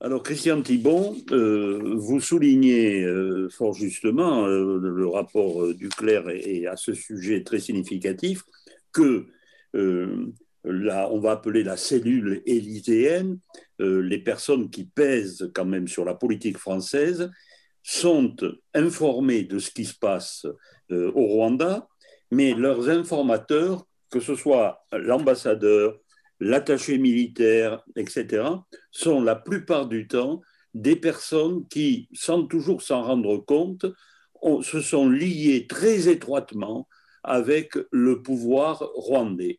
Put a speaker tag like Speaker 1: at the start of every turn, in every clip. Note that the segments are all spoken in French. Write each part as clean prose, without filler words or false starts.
Speaker 1: Alors, Christian Thibon, vous soulignez fort justement, le rapport du Clerc est à ce sujet très significatif, que on va appeler la cellule élyséenne, les personnes qui pèsent quand même sur la politique française, sont informées de ce qui se passe au Rwanda, mais leurs informateurs, que ce soit l'ambassadeur, l'attaché militaire, etc., sont la plupart du temps des personnes qui, sans toujours s'en rendre compte, se sont liées très étroitement avec le pouvoir rwandais.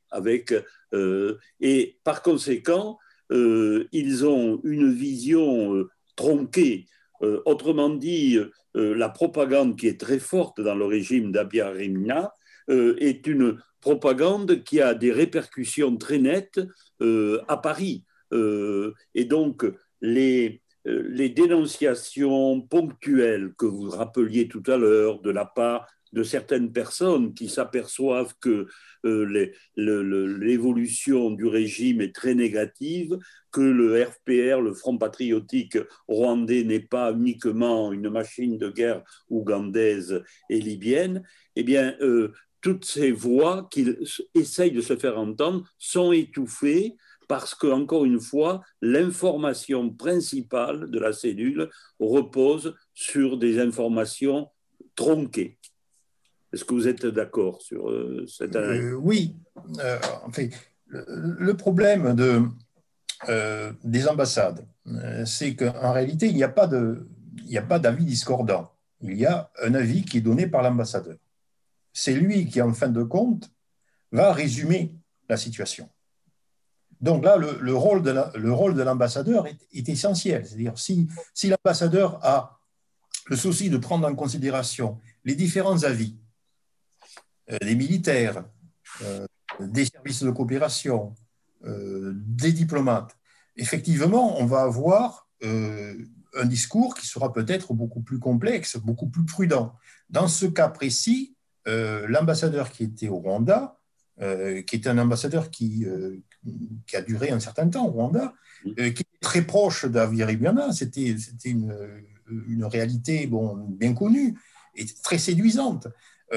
Speaker 1: Et par conséquent, ils ont une vision tronquée. Autrement dit, la propagande qui est très forte dans le régime d'Abiyarimana est une propagande qui a des répercussions très nettes à Paris. Et donc, les dénonciations ponctuelles que vous rappeliez tout à l'heure de la part de certaines personnes qui s'aperçoivent que l'évolution du régime est très négative, que le RPR, le Front patriotique rwandais, n'est pas uniquement une machine de guerre ougandaise et libyenne, eh bien, toutes ces voix qu'ils essayent de se faire entendre sont étouffées parce que, encore une fois, l'information principale de la cellule repose sur des informations tronquées. Est-ce que vous êtes d'accord sur cette analyse?
Speaker 2: Oui. En fait, le problème des ambassades, c'est qu'en réalité, il n'y a pas d'avis discordant. Il y a un avis qui est donné par l'ambassadeur. C'est lui qui, en fin de compte, va résumer la situation. Donc là, le rôle de l'ambassadeur est essentiel. C'est-à-dire, si l'ambassadeur a le souci de prendre en considération les différents avis des militaires, des services de coopération, des diplomates, effectivement, on va avoir un discours qui sera peut-être beaucoup plus complexe, beaucoup plus prudent. Dans ce cas précis, l'ambassadeur qui était au Rwanda, qui était un ambassadeur qui a duré un certain temps au Rwanda, qui est très proche d'Habyarimana, c'était une réalité bien connue et très séduisante.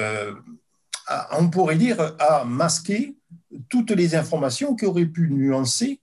Speaker 2: On pourrait dire a masqué toutes les informations qui auraient pu nuancer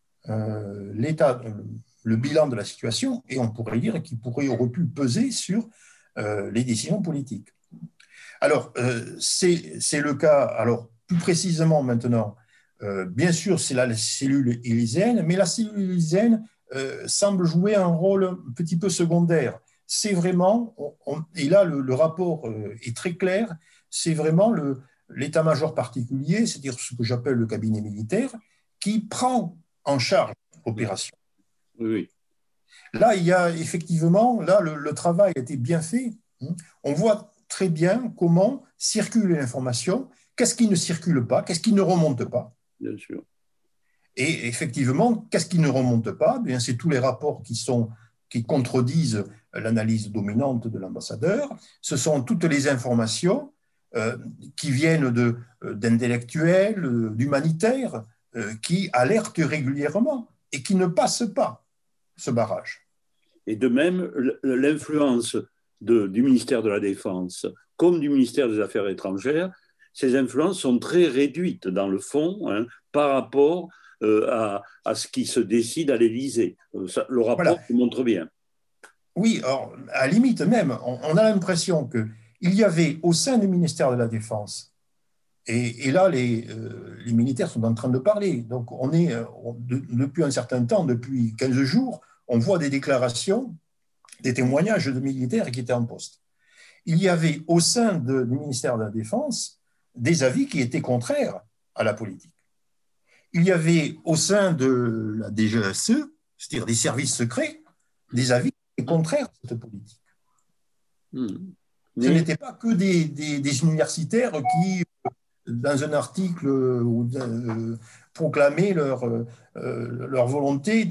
Speaker 2: le bilan de la situation, et on pourrait dire qu'il aurait pu peser sur les décisions politiques. Alors, c'est le cas, alors plus précisément maintenant, bien sûr, c'est la cellule élyséenne, mais la cellule élyséenne semble jouer un rôle un petit peu secondaire. C'est vraiment, et là le rapport est très clair, c'est vraiment l'état-major particulier, c'est-à-dire ce que j'appelle le cabinet militaire, qui prend en charge l'opération.
Speaker 1: Oui.
Speaker 2: Là, il y a effectivement, là, le travail a été bien fait. On voit très bien comment circule l'information, qu'est-ce qui ne circule pas, qu'est-ce qui ne remonte pas.
Speaker 1: Bien sûr.
Speaker 2: Et effectivement, qu'est-ce qui ne remonte pas? Bien, c'est tous les rapports qui contredisent l'analyse dominante de l'ambassadeur. Ce sont toutes les informations qui viennent d'intellectuels, d'humanitaires, qui alertent régulièrement et qui ne passent pas ce barrage.
Speaker 1: Et de même, l'influence du ministère de la Défense comme du ministère des Affaires étrangères, ces influences sont très réduites dans le fond par rapport à ce qui se décide à l'Élysée. Le rapport le montre bien.
Speaker 2: Oui, alors, à la limite même, on a l'impression qu'il y avait au sein du ministère de la Défense, et là les militaires sont en train de parler, donc on est depuis un certain temps, depuis 15 jours, on voit des déclarations, des témoignages de militaires qui étaient en poste. Il y avait au sein du ministère de la Défense des avis qui étaient contraires à la politique. Il y avait au sein de la DGSE, c'est-à-dire des services secrets, des avis contraires à cette politique. Ce n'était pas que des universitaires qui, dans un article, proclamaient leur volonté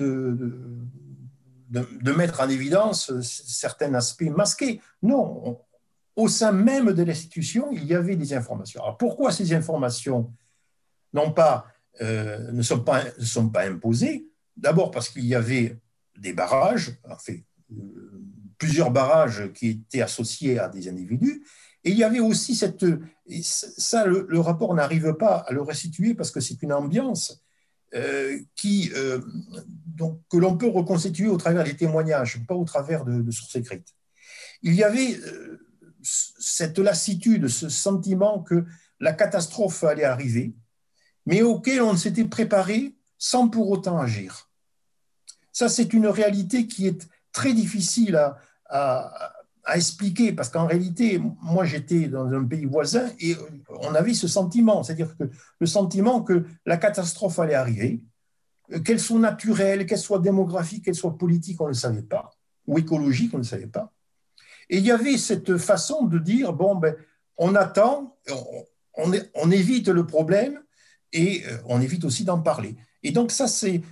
Speaker 2: de mettre en évidence certains aspects masqués. Non, au sein même de l'institution, il y avait des informations. Alors pourquoi ces informations ne sont pas imposées? D'abord parce qu'il y avait des barrages, enfin, plusieurs barrages qui étaient associés à des individus. Et il y avait aussi ça, le rapport n'arrive pas à le restituer parce que c'est une ambiance donc, que l'on peut reconstituer au travers des témoignages, pas au travers de sources écrites. Il y avait cette lassitude, ce sentiment que la catastrophe allait arriver, mais auquel on s'était préparé sans pour autant agir. Ça, c'est une réalité qui est très difficile à expliquer, parce qu'en réalité, moi j'étais dans un pays voisin et on avait ce sentiment, c'est-à-dire que le sentiment que la catastrophe allait arriver, qu'elle soit naturelle, qu'elle soit démographique, qu'elle soit politique, on ne le savait pas, ou écologique, on ne le savait pas. Et il y avait cette façon de dire, bon, ben, on attend, on évite le problème et on évite aussi d'en parler. Et donc ça, c'est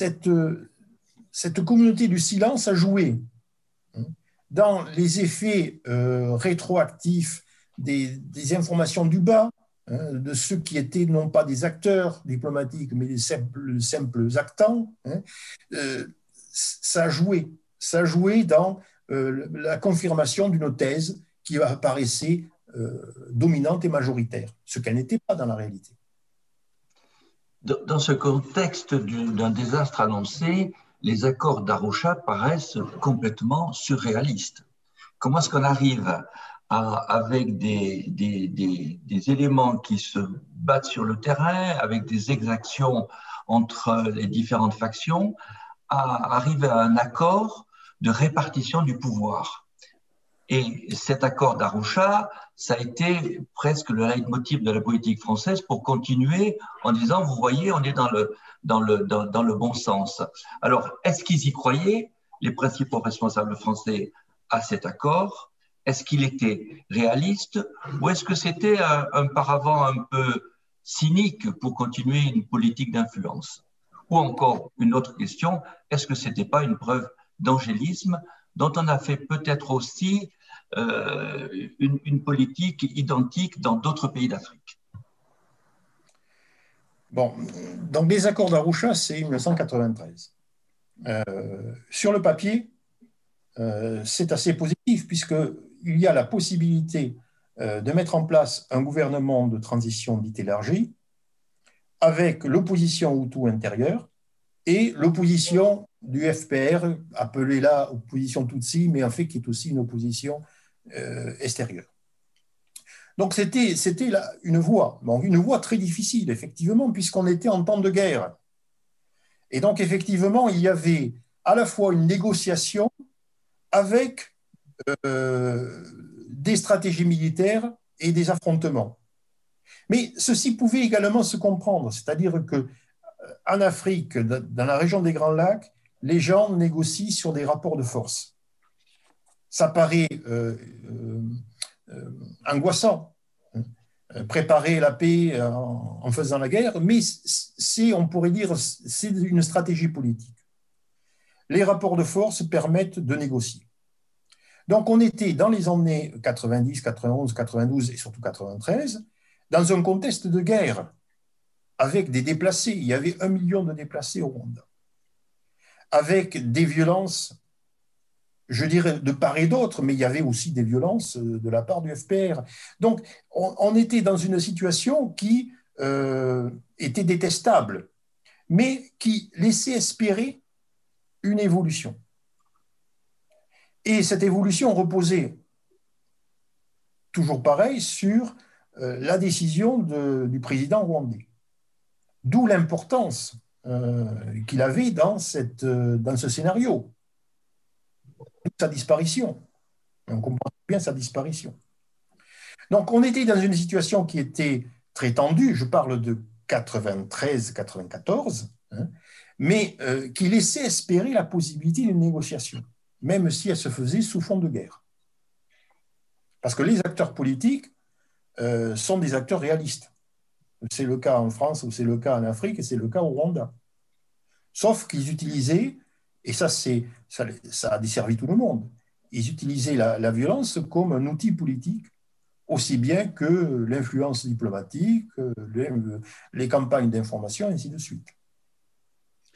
Speaker 2: cette communauté du silence a joué dans les effets rétroactifs des informations du bas, de ceux qui étaient non pas des acteurs diplomatiques, mais des simples actants. Ça a joué dans la confirmation d'une thèse qui apparaissait dominante et majoritaire, ce qu'elle n'était pas dans la réalité.
Speaker 3: Dans ce contexte d'un désastre annoncé, les accords d'Arusha paraissent complètement surréalistes. Comment est-ce qu'on arrive avec des éléments qui se battent sur le terrain, avec des exactions entre les différentes factions, à arriver à un accord de répartition du pouvoir? Et cet accord d'Arusha, ça a été presque le leitmotiv de la politique française pour continuer en disant, vous voyez, on est dans le bon sens. Alors, est-ce qu'ils y croyaient, les principaux responsables français, à cet accord? Est-ce qu'il était réaliste ou est-ce que c'était un paravent un peu cynique pour continuer une politique d'influence? Ou encore, une autre question, est-ce que ce n'était pas une preuve d'angélisme dont on a fait peut-être aussi une politique identique dans d'autres pays d'Afrique?
Speaker 2: Bon, donc les accords d'Arusha, c'est 1993. Sur le papier, c'est assez positif puisqu'il y a la possibilité de mettre en place un gouvernement de transition dite élargie avec l'opposition Hutu intérieure et l'opposition du FPR, appelée là opposition Tutsi, mais en fait qui est aussi une opposition extérieure. Donc c'était une voie très difficile, effectivement, puisqu'on était en temps de guerre. Et donc, effectivement, il y avait à la fois une négociation avec des stratégies militaires et des affrontements. Mais ceci pouvait également se comprendre, c'est-à-dire qu'en Afrique, dans la région des Grands Lacs, les gens négocient sur des rapports de force. Ça paraît angoissant, préparer la paix en faisant la guerre, mais on pourrait dire, c'est une stratégie politique. Les rapports de force permettent de négocier. Donc, on était dans les années 90, 91, 92 et surtout 93, dans un contexte de guerre, avec des déplacés. Il y avait 1 million de déplacés au Rwanda, avec des violences, je dirais de part et d'autre, mais il y avait aussi des violences de la part du FPR. Donc, on était dans une situation qui était détestable, mais qui laissait espérer une évolution. Et cette évolution reposait, toujours pareil, sur la décision du président rwandais. D'où l'importance qu'il avait dans ce scénario. Sa disparition. On comprend bien sa disparition. Donc, on était dans une situation qui était très tendue, je parle de 93-94, mais qui laissait espérer la possibilité d'une négociation, même si elle se faisait sous fond de guerre. Parce que les acteurs politiques sont des acteurs réalistes. C'est le cas en France, ou c'est le cas en Afrique, et c'est le cas au Rwanda. Sauf qu'ils utilisaient, et ça a desservi tout le monde, ils utilisaient la violence comme un outil politique, aussi bien que l'influence diplomatique, les campagnes d'information, et ainsi de suite.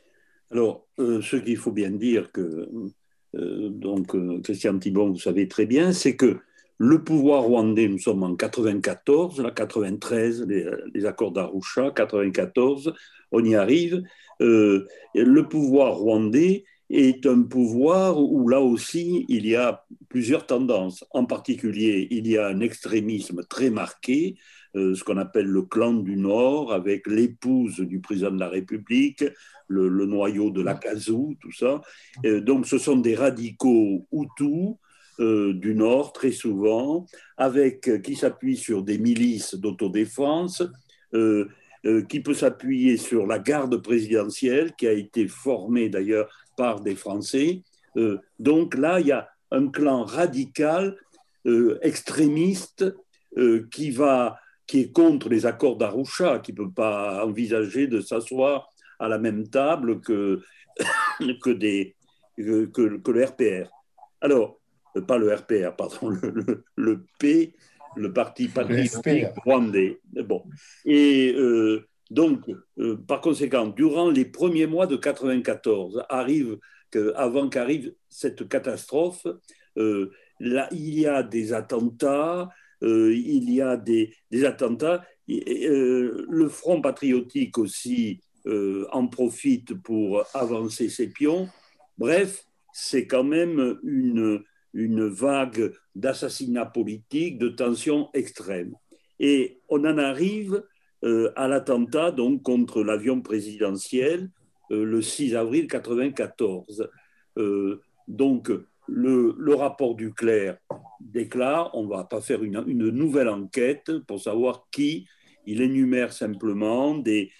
Speaker 1: Alors, ce qu'il faut bien dire que, Christian Thibon, vous savez très bien, c'est que le pouvoir rwandais, nous sommes en 94, là, 93, les accords d'Arusha, 94, on y arrive. Le pouvoir rwandais est un pouvoir où là aussi il y a plusieurs tendances. En particulier, il y a un extrémisme très marqué, ce qu'on appelle le clan du Nord, avec l'épouse du président de la République, le noyau de l'Akazu, tout ça. Donc ce sont des radicaux Hutus du Nord, très souvent, qui s'appuient sur des milices d'autodéfense, qui peut s'appuyer sur la garde présidentielle, qui a été formée d'ailleurs par des Français. Donc là, il y a un clan radical, extrémiste, qui est contre les accords d'Arusha, qui ne peut pas envisager de s'asseoir à la même table que, que le RPR. Alors, pas le RPR, pardon, le P, le Parti patriotique rwandais. Bon. Et par conséquent, durant les premiers mois de 94, avant qu'arrive cette catastrophe, là, il y a des attentats, des attentats. Le Front patriotique aussi en profite pour avancer ses pions. Bref, c'est quand même une vague d'assassinats politiques, de tensions extrêmes. Et on en arrive à l'attentat donc contre l'avion présidentiel le 6 avril 1994. Donc, le rapport Duclerc déclare on ne va pas faire une nouvelle enquête pour savoir qui. Il énumère simplement des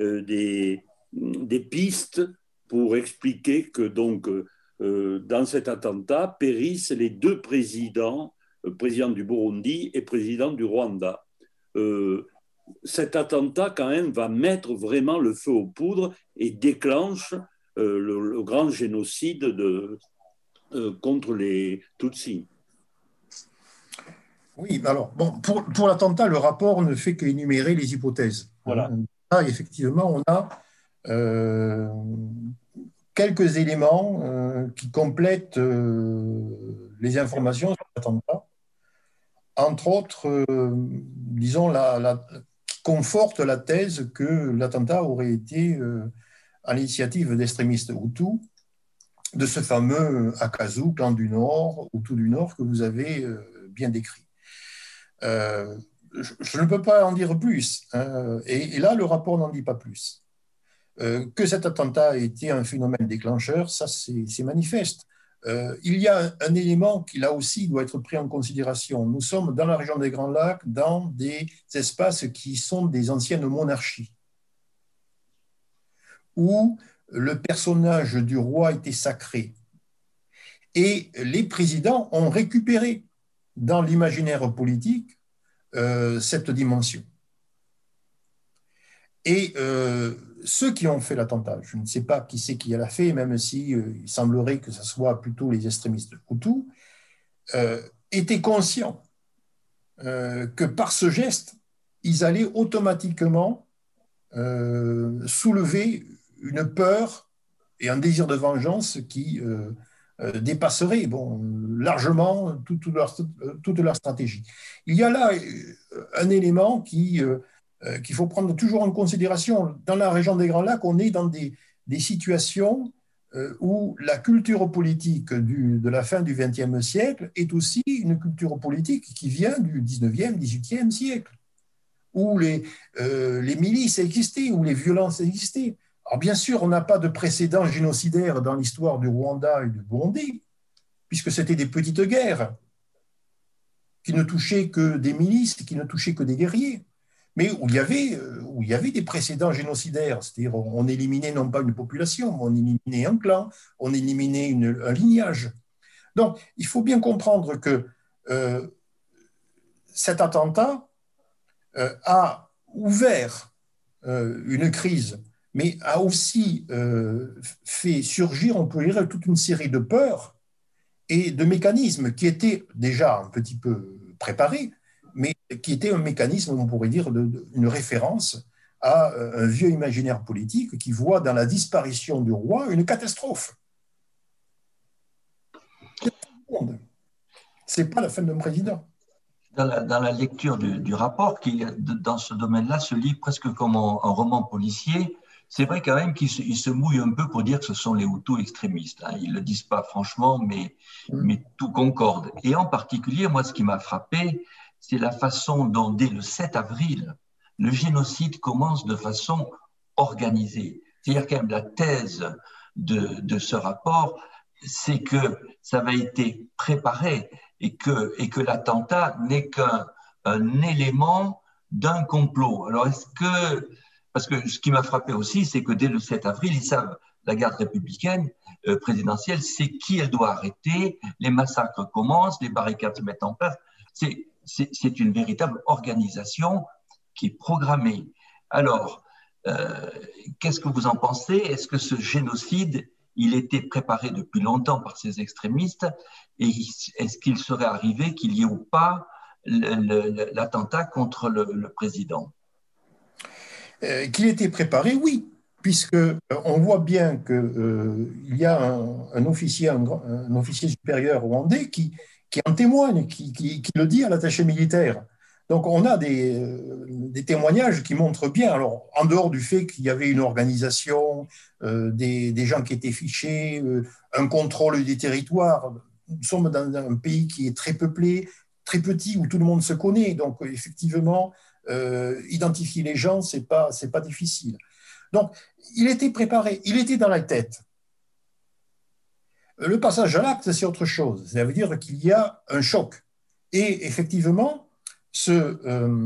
Speaker 1: pistes pour expliquer que donc dans cet attentat périssent les deux présidents, président du Burundi et président du Rwanda. Cet attentat quand même va mettre vraiment le feu aux poudres et déclenche le grand génocide contre les Tutsis.
Speaker 2: Oui, alors, bon, pour l'attentat, le rapport ne fait qu'énumérer les hypothèses.
Speaker 1: Voilà.
Speaker 2: Là, effectivement, on a quelques éléments qui complètent les informations sur l'attentat. Entre autres, disons, qui confortent la thèse que l'attentat aurait été à l'initiative d'extrémistes Hutus, de ce fameux Akazu, clan du Nord, Hutu du Nord, que vous avez bien décrit. Je ne peux pas en dire plus. Et là, le rapport n'en dit pas plus. Que cet attentat a été un phénomène déclencheur, ça c'est manifeste. Il y a un élément qui, là aussi, doit être pris en considération. Nous sommes dans la région des Grands Lacs, dans des espaces qui sont des anciennes monarchies, où le personnage du roi était sacré. Et les présidents ont récupéré dans l'imaginaire politique cette dimension. Et ceux qui ont fait l'attentat, je ne sais pas qui c'est qui l'a fait, même si il semblerait que ce soit plutôt les extrémistes Hutus, étaient conscients que par ce geste, ils allaient automatiquement soulever une peur et un désir de vengeance qui dépasserait largement toute leur stratégie. Il y a là un élément qu'il faut prendre toujours en considération. Dans la région des Grands Lacs, on est dans des situations où la culture politique de la fin du XXe siècle est aussi une culture politique qui vient du XIXe, XVIIIe siècle, où les milices existaient, où les violences existaient. Alors bien sûr, on n'a pas de précédent génocidaire dans l'histoire du Rwanda et du Burundi, puisque c'était des petites guerres qui ne touchaient que des milices, qui ne touchaient que des guerriers, mais où il y avait des précédents génocidaires, c'est-à-dire on éliminait non pas une population, mais on éliminait un clan, on éliminait un lignage. Donc, il faut bien comprendre que cet attentat a ouvert une crise, mais a aussi fait surgir, on peut dire, toute une série de peurs et de mécanismes qui étaient déjà un petit peu préparés, mais qui était un mécanisme, on pourrait dire, une référence à un vieux imaginaire politique qui voit dans la disparition du roi une catastrophe. Ce n'est pas la fin d'un président.
Speaker 3: Dans la lecture du rapport, qui, dans ce domaine-là, se lit presque comme un roman policier, c'est vrai quand même qu'il se mouille un peu pour dire que ce sont les Hutus extrémistes. Hein. Ils ne le disent pas franchement, mais tout concorde. Et en particulier, moi, ce qui m'a frappé, c'est la façon dont, dès le 7 avril, le génocide commence de façon organisée. C'est-à-dire quand même la thèse de ce rapport, c'est que ça avait été préparé et que l'attentat n'est qu'un élément d'un complot. Alors, parce que ce qui m'a frappé aussi, c'est que dès le 7 avril, ils savent, la garde républicaine présidentielle sait qui elle doit arrêter, les massacres commencent, les barricades se mettent en place. C'est une véritable organisation qui est programmée. Alors, qu'est-ce que vous en pensez? Est-ce que ce génocide, il était préparé depuis longtemps par ces extrémistes, et est-ce qu'il serait arrivé qu'il y ait ou pas l'attentat contre le président?
Speaker 2: Qu'il était préparé, oui, puisque on voit bien qu'il y a un officier supérieur rwandais qui en témoigne, qui le dit à l'attaché militaire. Donc on a des témoignages qui montrent bien, alors en dehors du fait qu'il y avait une organisation, des gens qui étaient fichés, un contrôle des territoires. Nous sommes dans un pays qui est très peuplé, très petit, où tout le monde se connaît. Donc effectivement, identifier les gens, c'est pas difficile. Donc il était préparé, il était dans la tête. Le passage à l'acte, c'est autre chose. Ça veut dire qu'il y a un choc. Et effectivement, ce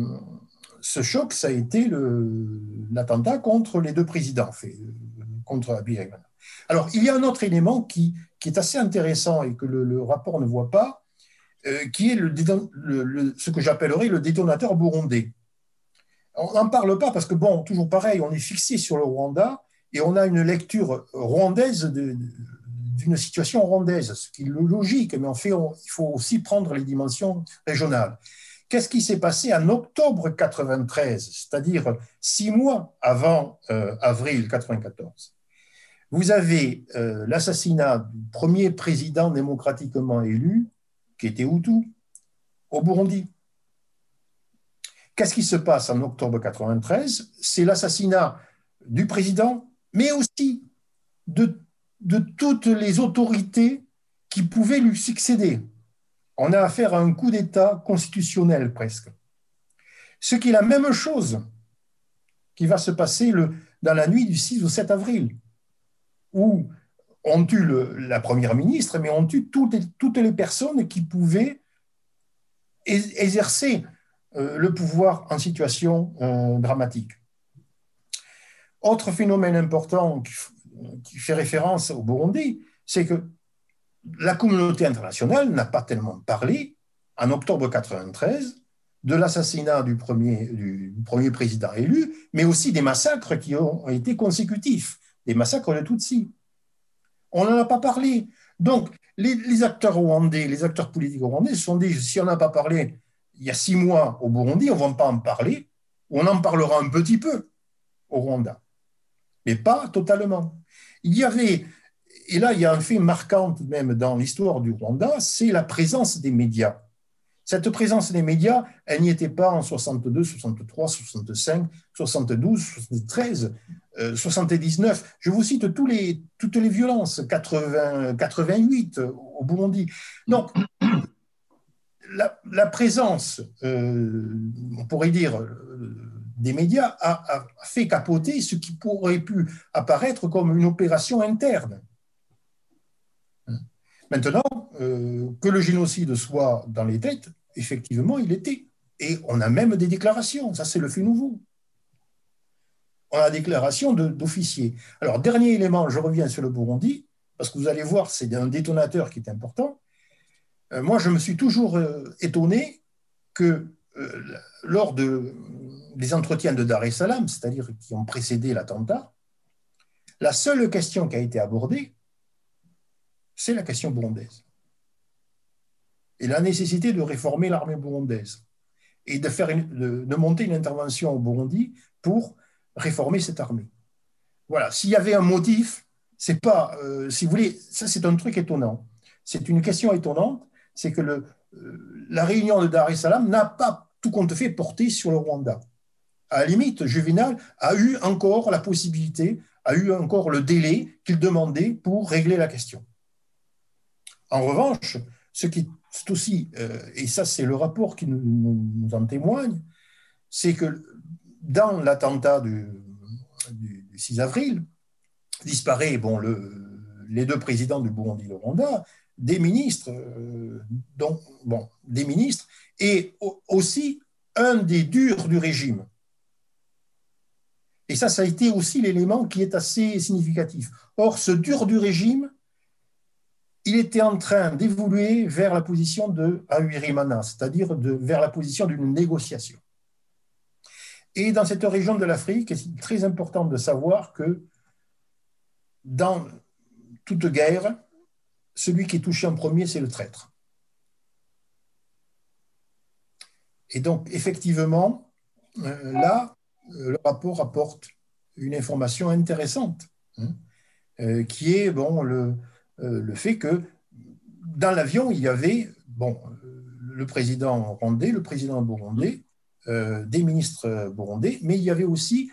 Speaker 2: choc, ça a été l'attentat contre les deux présidents, contre Abiy Ahmed. Alors, il y a un autre élément qui est assez intéressant et que le rapport ne voit pas, qui est ce que j'appellerais le détonateur burundais. On n'en parle pas parce que, bon, toujours pareil, on est fixé sur le Rwanda et on a une lecture rwandaise d'une situation rwandaise, ce qui est logique, mais en fait, il faut aussi prendre les dimensions régionales. Qu'est-ce qui s'est passé en octobre 93, c'est-à-dire 6 mois avant avril 94? Vous avez l'assassinat du premier président démocratiquement élu, qui était Hutu, au Burundi. Qu'est-ce qui se passe en octobre 93? C'est l'assassinat du président, mais aussi de toutes les autorités qui pouvaient lui succéder. On a affaire à un coup d'État constitutionnel presque. Ce qui est la même chose qui va se passer dans la nuit du 6 au 7 avril, où on tue la première ministre, mais on tue toutes les personnes qui pouvaient exercer le pouvoir en situation dramatique. Autre phénomène important qui fait référence au Burundi, c'est que la communauté internationale n'a pas tellement parlé, en octobre 1993, de l'assassinat du premier président élu, mais aussi des massacres qui ont été consécutifs, des massacres de Tutsis. On n'en a pas parlé. Donc, les acteurs rwandais, les acteurs politiques rwandais se sont dit, si on n'a pas parlé il y a 6 mois au Burundi, on ne va pas en parler, ou on en parlera un petit peu au Rwanda, mais pas totalement. Il y avait, et là il y a un fait marquant même dans l'histoire du Rwanda, c'est la présence des médias. Cette présence des médias, elle n'y était pas en 62, 63, 65, 72, 73, 79. Je vous cite toutes les violences, 80, 88 au Burundi. Donc, la présence, on pourrait dire, des médias a fait capoter ce qui pourrait pu apparaître comme une opération interne. Maintenant, que le génocide soit dans les têtes, effectivement, il était. Et on a même des déclarations, ça c'est le fait nouveau. On a des déclarations d'officiers. Alors, dernier élément, je reviens sur le Burundi, parce que vous allez voir, c'est un détonateur qui est important. Moi, je me suis toujours étonné que lors des entretiens de Dar es Salaam, c'est-à-dire qui ont précédé l'attentat, la seule question qui a été abordée, c'est la question burundaise. Et la nécessité de réformer l'armée burundaise et de monter une intervention au Burundi pour réformer cette armée. Voilà, s'il y avait un motif, c'est pas, si vous voulez, ça c'est un truc étonnant. C'est une question étonnante, c'est que la réunion de Dar es Salaam n'a pas, tout compte fait, porté sur le Rwanda. À la limite, Juvénal a eu encore la possibilité, a eu encore le délai qu'il demandait pour régler la question. En revanche, ce qui est aussi, et ça c'est le rapport qui nous en témoigne, c'est que dans l'attentat du 6 avril, disparaît les deux présidents du Burundi et du Rwanda, des ministres, des ministres, et aussi un des durs du régime. Et ça a été aussi l'élément qui est assez significatif. Or, ce dur du régime, il était en train d'évoluer vers la position de Habyarimana, c'est-à-dire vers la position d'une négociation. Et dans cette région de l'Afrique, c'est très important de savoir que dans toute guerre, celui qui est touché en premier, c'est le traître. Et donc, effectivement, là, le rapport apporte une information intéressante, qui est le fait que dans l'avion, il y avait le président rwandais, le président burundais, des ministres burundais, mais il y avait aussi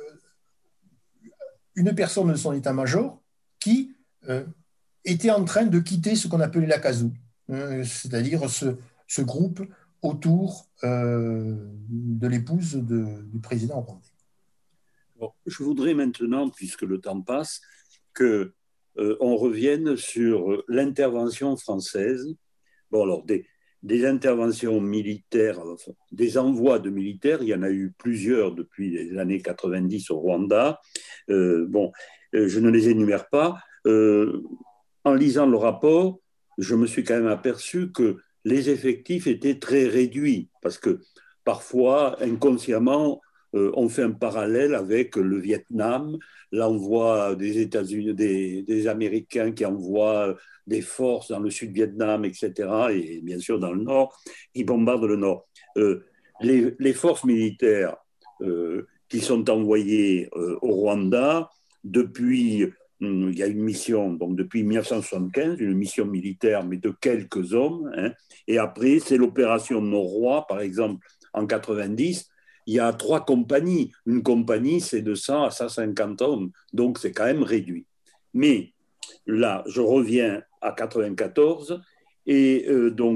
Speaker 2: une personne de son état-major qui était en train de quitter ce qu'on appelait la CASU, c'est-à-dire ce groupe autour de l'épouse du président rwandais.
Speaker 1: Bon, je voudrais maintenant, puisque le temps passe, qu'on revienne sur l'intervention française. Bon, alors, des interventions militaires, enfin, des envois de militaires, il y en a eu plusieurs depuis les années 90 au Rwanda. Je ne les énumère pas. En lisant le rapport, je me suis quand même aperçu que les effectifs étaient très réduits, parce que parfois, inconsciemment, on fait un parallèle avec le Vietnam, l'envoi des États-Unis, des Américains qui envoient des forces dans le sud-Vietnam, etc., et bien sûr dans le nord, qui bombardent le nord. Les forces militaires qui sont envoyées au Rwanda depuis... Il y a une mission, donc depuis 1975, une mission militaire, mais de quelques hommes. Et après, c'est l'opération Nord-Roi, par exemple, en 90. Il y a 3 compagnies. Une compagnie, c'est de 100 à 150 hommes. Donc, c'est quand même réduit. Mais là, je reviens à 94. Et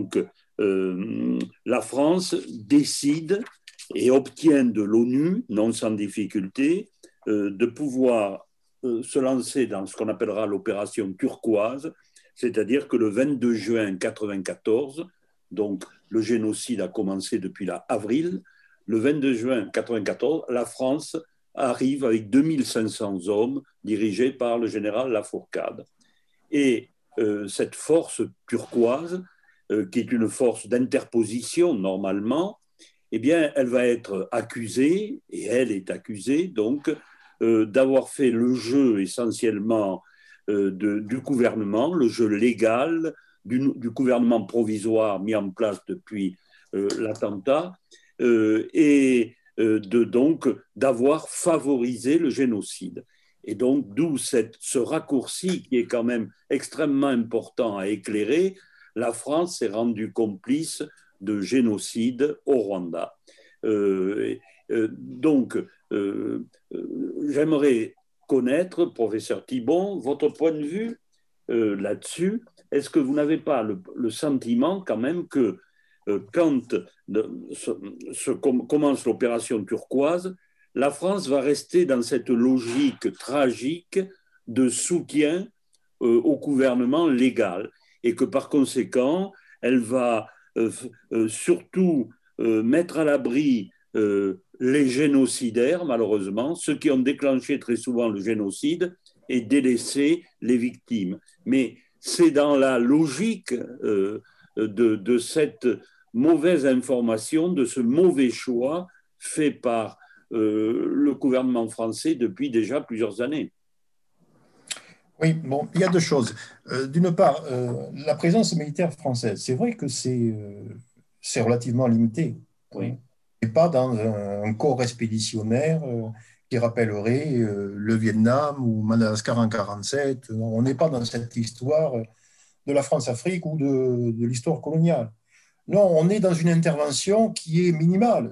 Speaker 1: la France décide et obtient de l'ONU, non sans difficulté, de pouvoir se lancer dans ce qu'on appellera l'opération turquoise, c'est-à-dire que le 22 juin 1994, donc le génocide a commencé depuis avril, le 22 juin 1994, la France arrive avec 2500 hommes dirigés par le général Lafourcade. Et cette force turquoise, qui est une force d'interposition normalement, eh bien, elle va être accusée, et elle est accusée donc, d'avoir fait le jeu essentiellement du gouvernement, le jeu légal du gouvernement provisoire mis en place depuis l'attentat, et donc d'avoir favorisé le génocide. Et donc, d'où ce raccourci qui est quand même extrêmement important à éclairer, la France s'est rendue complice de génocide au Rwanda. J'aimerais connaître, professeur Thibon, votre point de vue là-dessus. Est-ce que vous n'avez pas le sentiment quand même que quand commence l'opération turquoise, la France va rester dans cette logique tragique de soutien au gouvernement légal et que par conséquent, elle va surtout mettre à l'abri les génocidaires, malheureusement, ceux qui ont déclenché très souvent le génocide et délaissé les victimes. Mais c'est dans la logique de cette mauvaise information, de ce mauvais choix fait par le gouvernement français depuis déjà plusieurs années.
Speaker 2: Oui, bon, il y a 2 choses. D'une part, la présence militaire française, c'est vrai que c'est relativement limité.
Speaker 1: Oui.
Speaker 2: Et pas dans un corps expéditionnaire qui rappellerait le Vietnam ou Madagascar en 1947. On n'est pas dans cette histoire de la France-Afrique ou de l'histoire coloniale. Non, on est dans une intervention qui est minimale,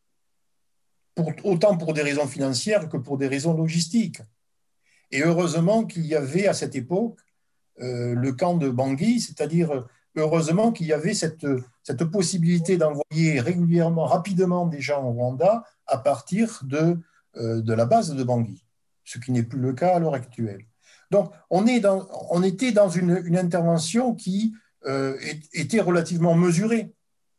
Speaker 2: autant pour des raisons financières que pour des raisons logistiques. Et heureusement qu'il y avait à cette époque le camp de Bangui, c'est-à-dire heureusement qu'il y avait cette possibilité d'envoyer régulièrement, rapidement des gens au Rwanda à partir de la base de Bangui, ce qui n'est plus le cas à l'heure actuelle. Donc, on était dans une intervention qui était relativement mesurée.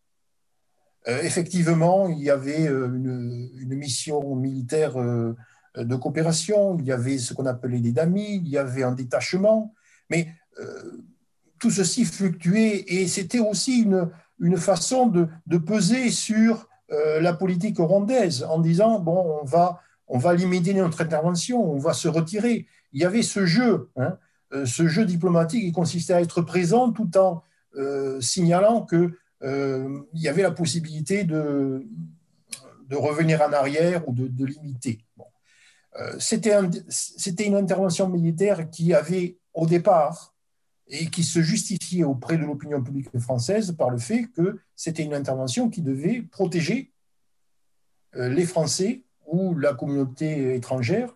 Speaker 2: Effectivement, il y avait une mission militaire de coopération, il y avait ce qu'on appelait des DAMI, il y avait un détachement, mais tout ceci fluctuait et c'était aussi une façon de peser sur la politique rwandaise en disant, bon, on va limiter notre intervention, on va se retirer. Il y avait ce jeu diplomatique qui consistait à être présent tout en signalant qu'il y avait la possibilité de revenir en arrière ou de limiter. Bon. C'était une intervention militaire qui avait au départ et qui se justifiait auprès de l'opinion publique française par le fait que c'était une intervention qui devait protéger les Français ou la communauté étrangère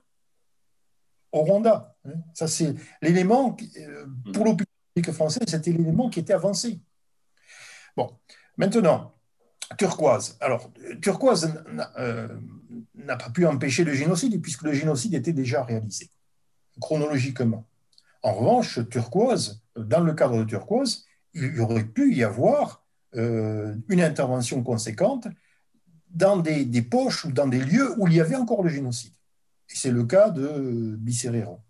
Speaker 2: au Rwanda. Ça, c'est l'élément, pour l'opinion publique française, c'était l'élément qui était avancé. Bon, maintenant, Turquoise. Alors, Turquoise n'a pas pu empêcher le génocide puisque le génocide était déjà réalisé, chronologiquement. En revanche, Turquoise, dans le cadre de Turquoise, il aurait pu y avoir une intervention conséquente dans des poches ou dans des lieux où il y avait encore le génocide. Et c'est le cas de Bicéréro,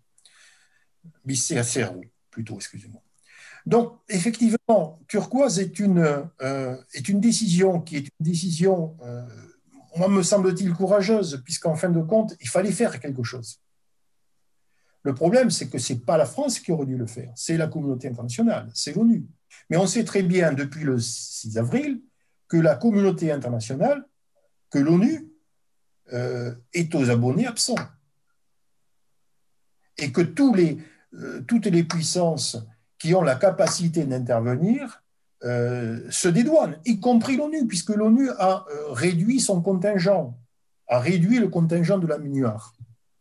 Speaker 2: plutôt, excusez-moi. Donc, effectivement, Turquoise est une décision qui est une décision, moi, me semble-t-il, courageuse, puisqu'en fin de compte, il fallait faire quelque chose. Le problème, c'est que ce n'est pas la France qui aurait dû le faire, c'est la communauté internationale, c'est l'ONU. Mais on sait très bien, depuis le 6 avril, que la communauté internationale, que l'ONU, est aux abonnés absents. Et que toutes les puissances qui ont la capacité d'intervenir se dédouanent, y compris l'ONU, puisque l'ONU a réduit son contingent, a réduit le contingent de la MINUAR.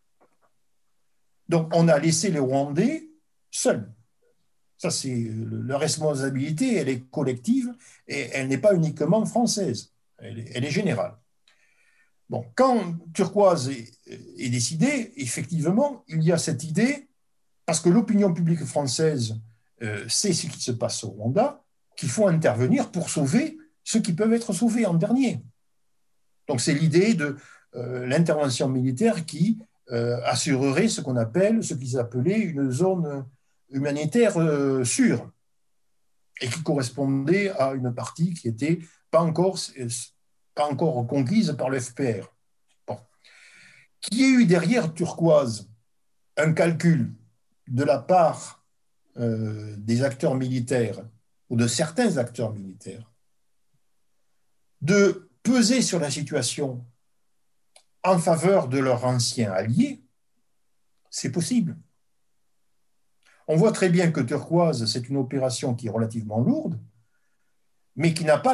Speaker 2: Donc, on a laissé les Rwandais seuls. Ça, c'est la responsabilité, elle est collective et elle n'est pas uniquement française, elle est générale. Bon, quand Turquoise est décidé, effectivement, il y a cette idée, parce que l'opinion publique française sait ce qui se passe au Rwanda, qu'il faut intervenir pour sauver ceux qui peuvent être sauvés en dernier. Donc, c'est l'idée de l'intervention militaire qui assurerait ce qu'on appelle, ce qu'ils appelaient une zone humanitaire sûre et qui correspondait à une partie qui n'était pas encore conquise par le FPR. Bon. Qu'il y ait eu derrière Turquoise un calcul de la part des acteurs militaires ou de certains acteurs militaires de peser sur la situation en faveur de leurs anciens alliés, c'est possible. On voit très bien que Turquoise, c'est une opération qui est relativement lourde, mais qui n'a pas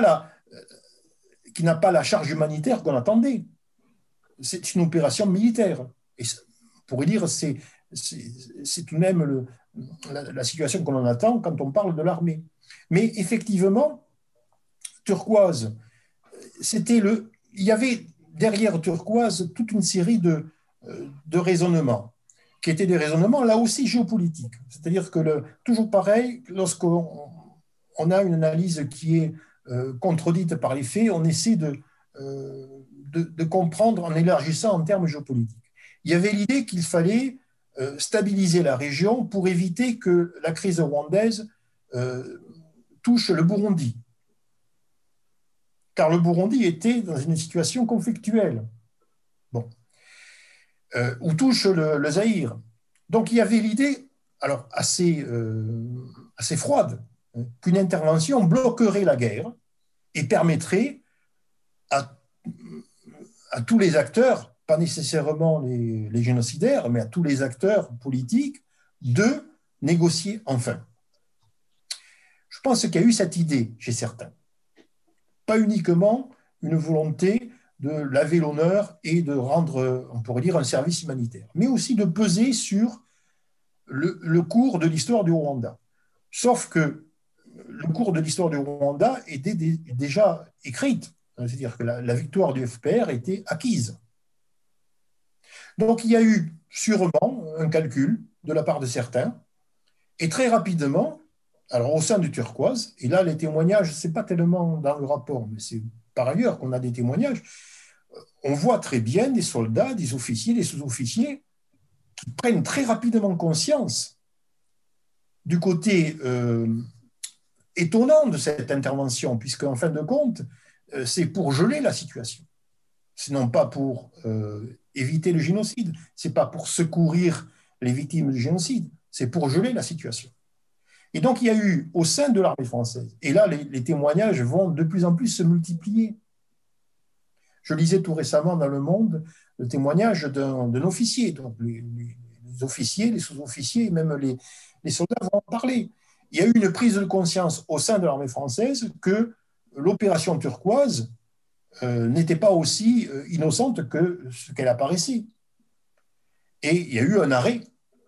Speaker 2: la charge humanitaire qu'on attendait. C'est une opération militaire. Et on pourrait dire c'est tout de même la situation qu'on en attend quand on parle de l'armée. Mais effectivement, Turquoise, il y avait derrière Turquoise toute une série de raisonnements, qui étaient des raisonnements là aussi géopolitiques. C'est-à-dire que, toujours pareil, lorsqu'on a une analyse qui est contredite par les faits, on essaie de comprendre en élargissant en termes géopolitiques. Il y avait l'idée qu'il fallait stabiliser la région pour éviter que la crise rwandaise touche le Burundi. Car le Burundi était dans une situation conflictuelle, où touche le Zaïre. Donc il y avait l'idée, alors assez froide, qu'une intervention bloquerait la guerre et permettrait à tous les acteurs pas nécessairement les génocidaires, mais à tous les acteurs politiques, de négocier enfin. Je pense qu'il y a eu cette idée chez certains. Pas uniquement une volonté de laver l'honneur et de rendre, on pourrait dire, un service humanitaire, mais aussi de peser sur le cours de l'histoire du Rwanda. Sauf que le cours de l'histoire du Rwanda était déjà écrite, c'est-à-dire que la victoire du FPR était acquise. Donc il y a eu sûrement un calcul de la part de certains, et très rapidement, alors au sein du Turquoise, et là les témoignages, ce n'est pas tellement dans le rapport, mais c'est par ailleurs qu'on a des témoignages, on voit très bien des soldats, des officiers, des sous-officiers qui prennent très rapidement conscience du côté étonnant de cette intervention, puisqu'en fin de compte, c'est pour geler la situation. Ce n'est pas pour éviter le génocide, ce n'est pas pour secourir les victimes du génocide, c'est pour geler la situation. Et donc, il y a eu au sein de l'armée française, et là, les témoignages vont de plus en plus se multiplier. Je lisais tout récemment dans Le Monde le témoignage d'un officier, donc les officiers, les sous-officiers, et même les soldats vont en parler. Il y a eu une prise de conscience au sein de l'armée française que l'opération turquoise n'était pas aussi innocente que ce qu'elle apparaissait. Et il y a eu un arrêt.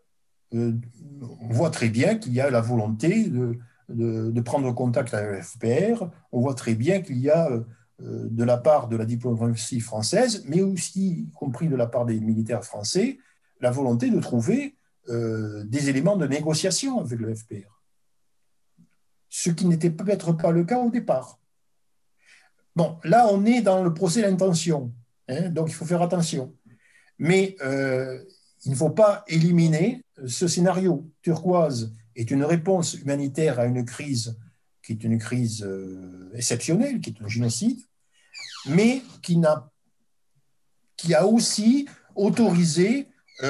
Speaker 2: On voit très bien qu'il y a la volonté de prendre contact avec le FPR. On voit très bien qu'il y a, de la part de la diplomatie française, mais aussi, y compris de la part des militaires français, la volonté de trouver des éléments de négociation avec le FPR. Ce qui n'était peut-être pas le cas au départ. Bon, là, on est dans le procès d'intention, hein, donc il faut faire attention. Mais il ne faut pas éliminer ce scénario. Turquoise est une réponse humanitaire à une crise qui est une crise exceptionnelle, qui est un génocide, mais qui a aussi autorisé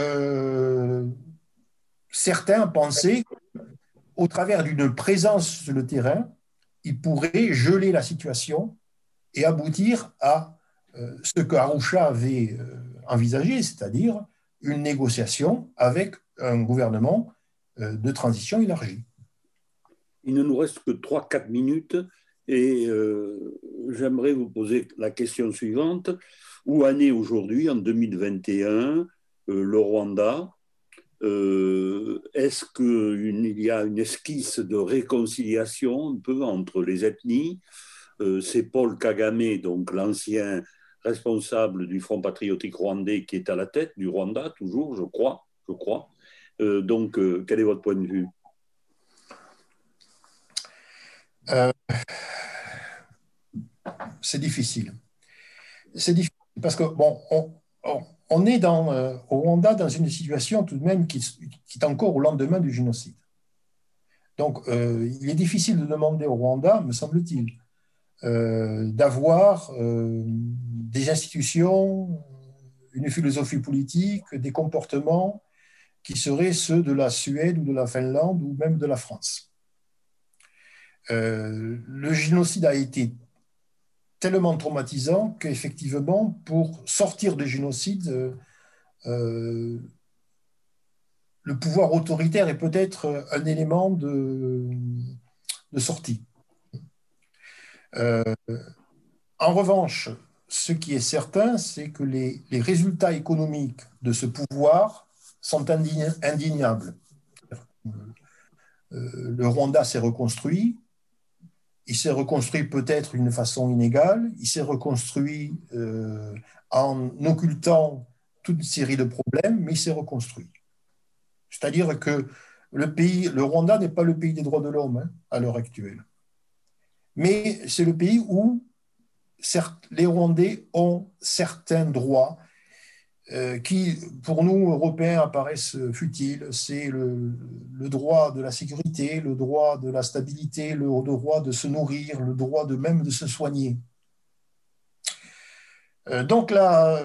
Speaker 2: certains à penser, au travers d'une présence sur le terrain, ils pourraient geler la situation et aboutir à ce que Arusha avait envisagé, c'est-à-dire une négociation avec un gouvernement de transition élargie.
Speaker 1: Il ne nous reste que 3-4 minutes et j'aimerais vous poser la question suivante. Où en est aujourd'hui, en 2021, le Rwanda? Est-ce qu'il y a une esquisse de réconciliation un peu entre les ethnies? C'est Paul Kagame, donc l'ancien responsable du Front patriotique rwandais, qui est à la tête du Rwanda, toujours, je crois. Donc, quel est votre point de vue?
Speaker 2: C'est difficile. C'est difficile parce que, bon, on est au Rwanda dans une situation tout de même qui est encore au lendemain du génocide. Donc, il est difficile de demander au Rwanda, me semble-t-il, d'avoir des institutions, une philosophie politique, des comportements qui seraient ceux de la Suède ou de la Finlande ou même de la France. Le génocide a été tellement traumatisant qu'effectivement, pour sortir du génocide, le pouvoir autoritaire est peut-être un élément de sortie. En revanche, ce qui est certain, c'est que les résultats économiques de ce pouvoir sont indéniables. Le Rwanda s'est reconstruit. Il s'est reconstruit peut-être d'une façon inégale. Il s'est reconstruit en occultant toute une série de problèmes, mais il s'est reconstruit. C'est-à-dire que le Rwanda n'est pas le pays des droits de l'homme, hein, à l'heure actuelle. Mais c'est le pays où les Rwandais ont certains droits qui, pour nous, Européens, apparaissent futiles. C'est le droit de la sécurité, le droit de la stabilité, le droit de se nourrir, le droit même de se soigner. Donc là,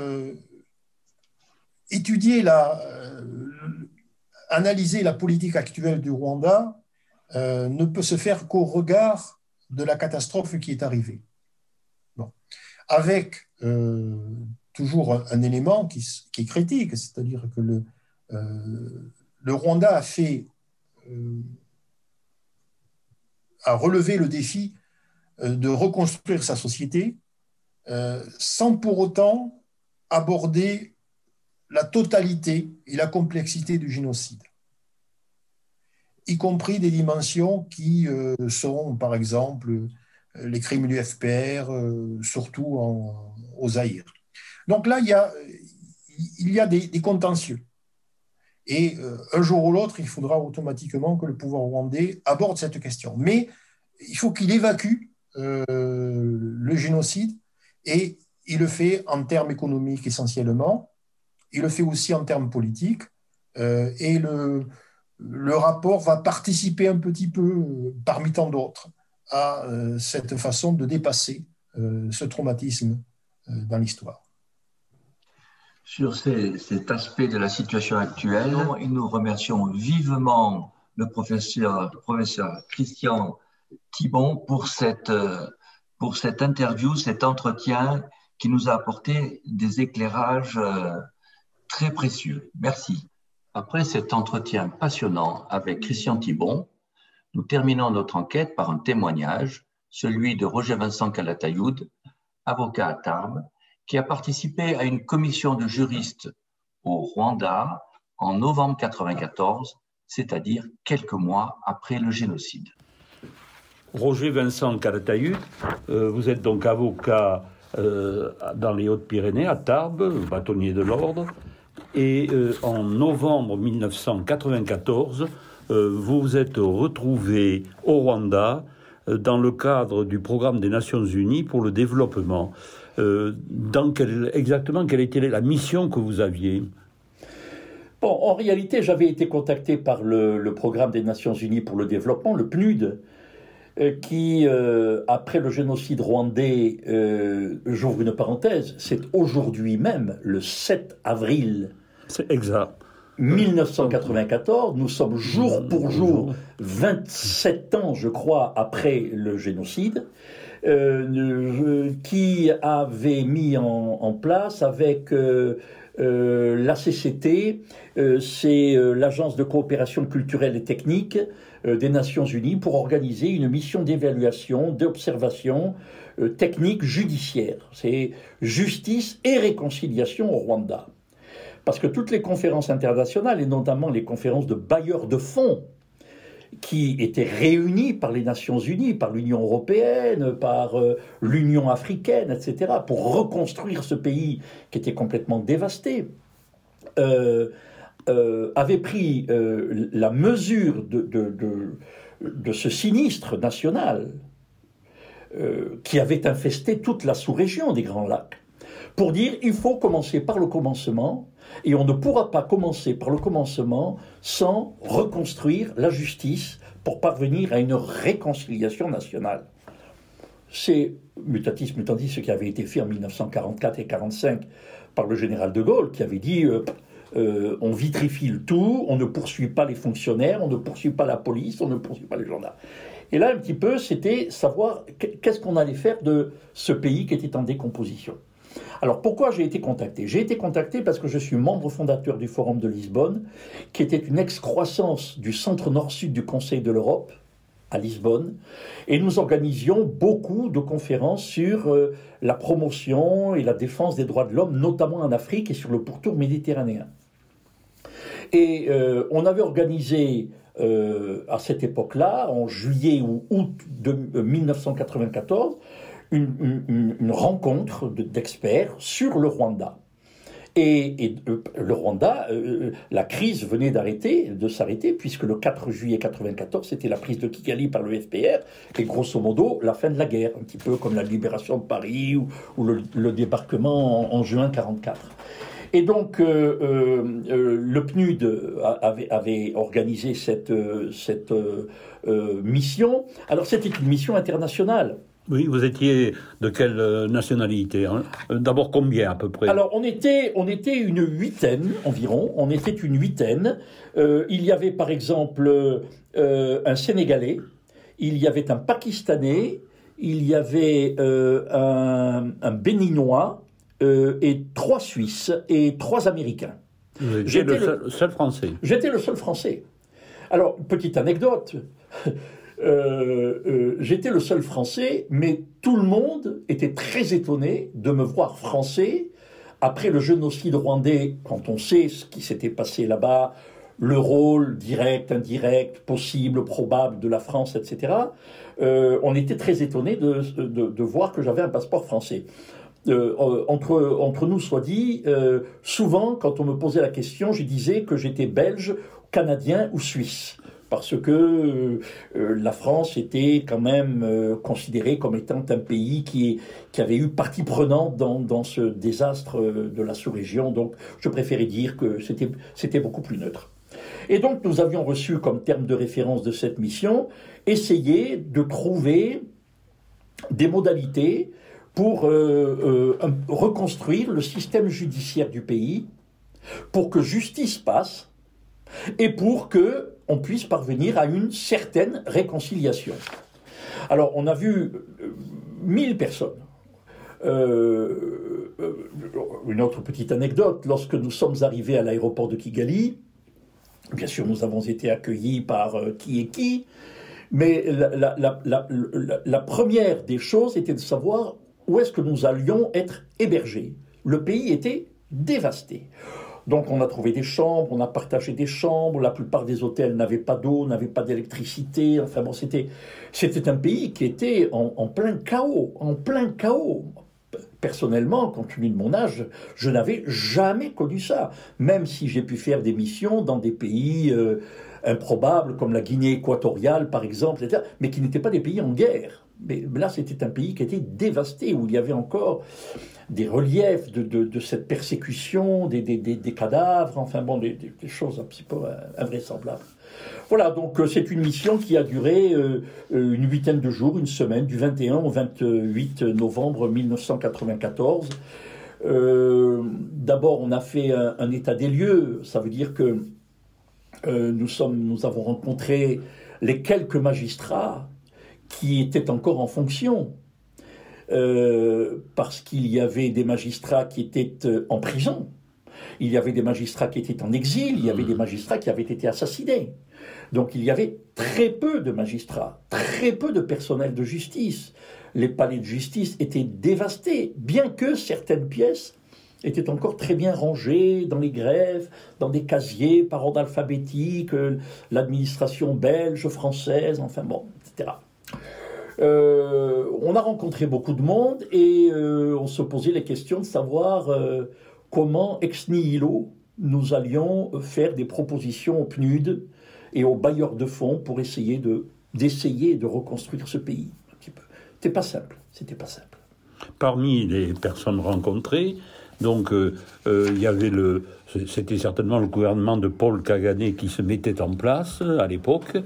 Speaker 2: analyser la politique actuelle du Rwanda ne peut se faire qu'au regard de la catastrophe qui est arrivée. Bon. Avec toujours un élément qui est critique, c'est-à-dire que le Rwanda a relevé le défi de reconstruire sa société sans pour autant aborder la totalité et la complexité du génocide, y compris des dimensions qui sont, par exemple, les crimes du FPR, surtout au Zaïre. Donc là, il y a des contentieux. Et un jour ou l'autre, il faudra automatiquement que le pouvoir rwandais aborde cette question. Mais il faut qu'il évacue le génocide, et il le fait en termes économiques essentiellement, il le fait aussi en termes politiques, et le rapport va participer un petit peu, parmi tant d'autres, à cette façon de dépasser ce traumatisme dans l'histoire.
Speaker 3: Sur cet aspect de la situation actuelle, et nous remercions vivement le professeur Christian Thibon pour cette interview, cet entretien qui nous a apporté des éclairages très précieux. Merci. Après cet entretien passionnant avec Christian Thibon, nous terminons notre enquête par un témoignage, celui de Roger Vincent Calatayud, avocat à Tarbes, qui a participé à une commission de juristes au Rwanda en novembre 1994, c'est-à-dire quelques mois après le génocide.
Speaker 1: Roger Vincent Calatayud, vous êtes donc avocat dans les Hautes-Pyrénées, à Tarbes, bâtonnier de l'ordre, et en novembre 1994, vous vous êtes retrouvé au Rwanda dans le cadre du programme des Nations Unies pour le développement. Exactement, quelle était la mission que vous aviez ?
Speaker 4: Bon, en réalité, j'avais été contacté par le programme des Nations Unies pour le développement, le PNUD, qui, après le génocide rwandais, j'ouvre une parenthèse, c'est aujourd'hui même, le 7 avril
Speaker 1: c'est exact.
Speaker 4: 1994, nous sommes jour pour jour, 27 ans, je crois, après le génocide, qui avait mis en place avec la CCT, c'est l'Agence de coopération culturelle et technique des Nations Unies, pour organiser une mission d'évaluation, d'observation technique judiciaire. C'est justice et réconciliation au Rwanda. Parce que toutes les conférences internationales, et notamment les conférences de bailleurs de fonds, qui étaient réunis par les Nations Unies, par l'Union européenne, par l'Union africaine, etc., pour reconstruire ce pays qui était complètement dévasté, avaient pris la mesure de ce sinistre national qui avait infesté toute la sous-région des Grands Lacs, pour dire il faut commencer par le commencement, et on ne pourra pas commencer par le commencement sans reconstruire la justice pour parvenir à une réconciliation nationale. C'est mutatis mutandis ce qui avait été fait en 1944 et 1945 par le général de Gaulle, qui avait dit on vitrifie le tout, on ne poursuit pas les fonctionnaires, on ne poursuit pas la police, on ne poursuit pas les gendarmes. Et là, un petit peu, c'était savoir qu'est-ce qu'on allait faire de ce pays qui était en décomposition. Alors, pourquoi j'ai été contacté ? J'ai été contacté parce que je suis membre fondateur du Forum de Lisbonne, qui était une excroissance du centre nord-sud du Conseil de l'Europe, à Lisbonne, et nous organisions beaucoup de conférences sur la promotion et la défense des droits de l'homme, notamment en Afrique et sur le pourtour méditerranéen. Et on avait organisé à cette époque-là, en juillet ou août de 1994, une rencontre d'experts sur le Rwanda. Et le Rwanda, la crise venait de s'arrêter, puisque le 4 juillet 1994, c'était la prise de Kigali par le FPR, et grosso modo, la fin de la guerre, un petit peu comme la libération de Paris ou le débarquement en juin 1944. Et donc, le PNUD avait organisé cette mission. Alors, c'était une mission internationale.
Speaker 1: Oui, vous étiez de quelle nationalité, hein ? D'abord, combien à peu près ?
Speaker 4: Alors, on était une huitaine environ. On était une huitaine. Il y avait par exemple un Sénégalais, il y avait un Pakistanais, il y avait un Béninois, et 3 Suisses et 3 Américains.
Speaker 1: J'étais le seul Français.
Speaker 4: J'étais le seul Français. Alors, petite anecdote, j'étais le seul Français, mais tout le monde était très étonné de me voir Français après le génocide rwandais, quand on sait ce qui s'était passé là-bas, le rôle direct, indirect, possible, probable de la France, etc. On était très étonné de voir que j'avais un passeport français. Entre nous soit dit, souvent, quand on me posait la question, je disais que j'étais belge, canadien ou suisse. Parce que la France était quand même considérée comme étant un pays qui avait eu partie prenante dans ce désastre de la sous-région. Donc, je préférais dire que c'était beaucoup plus neutre. Et donc, nous avions reçu comme terme de référence de cette mission, essayer de trouver des modalités pour reconstruire le système judiciaire du pays, pour que justice passe et pour qu'on puisse parvenir à une certaine réconciliation. Alors, on a vu 1000 personnes. Une autre petite anecdote, lorsque nous sommes arrivés à l'aéroport de Kigali, bien sûr, nous avons été accueillis par qui et qui, mais la première des choses était de savoir où est-ce que nous allions être hébergés. Le pays était dévasté. Donc on a trouvé des chambres, on a partagé des chambres, la plupart des hôtels n'avaient pas d'eau, n'avaient pas d'électricité, enfin bon, c'était un pays qui était en plein chaos, Personnellement, compte tenu de mon âge, je n'avais jamais connu ça, même si j'ai pu faire des missions dans des pays improbables, comme la Guinée équatoriale par exemple, etc., mais qui n'étaient pas des pays en guerre. Mais là, c'était un pays qui était dévasté, où il y avait encore des reliefs de cette persécution, des cadavres, enfin bon, des choses un petit peu invraisemblables. Voilà, donc c'est une mission qui a duré une huitaine de jours, une semaine, du 21 au 28 novembre 1994. D'abord, on a fait un état des lieux, ça veut dire que nous avons rencontré les quelques magistrats qui étaient encore en fonction, parce qu'il y avait des magistrats qui étaient en prison, il y avait des magistrats qui étaient en exil, il y avait des magistrats qui avaient été assassinés. Donc il y avait très peu de magistrats, très peu de personnel de justice. Les palais de justice étaient dévastés, bien que certaines pièces étaient encore très bien rangées dans les greffes, dans des casiers par ordre alphabétique, l'administration belge, française, enfin bon, etc. On a rencontré beaucoup de monde et on se posait les questions de savoir comment ex nihilo nous allions faire des propositions au PNUD et aux bailleurs de fonds pour essayer de reconstruire ce pays. Un petit peu. C'était pas simple.
Speaker 1: Parmi les personnes rencontrées, donc il y avait c'était certainement le gouvernement de Paul Kagame qui se mettait en place à l'époque,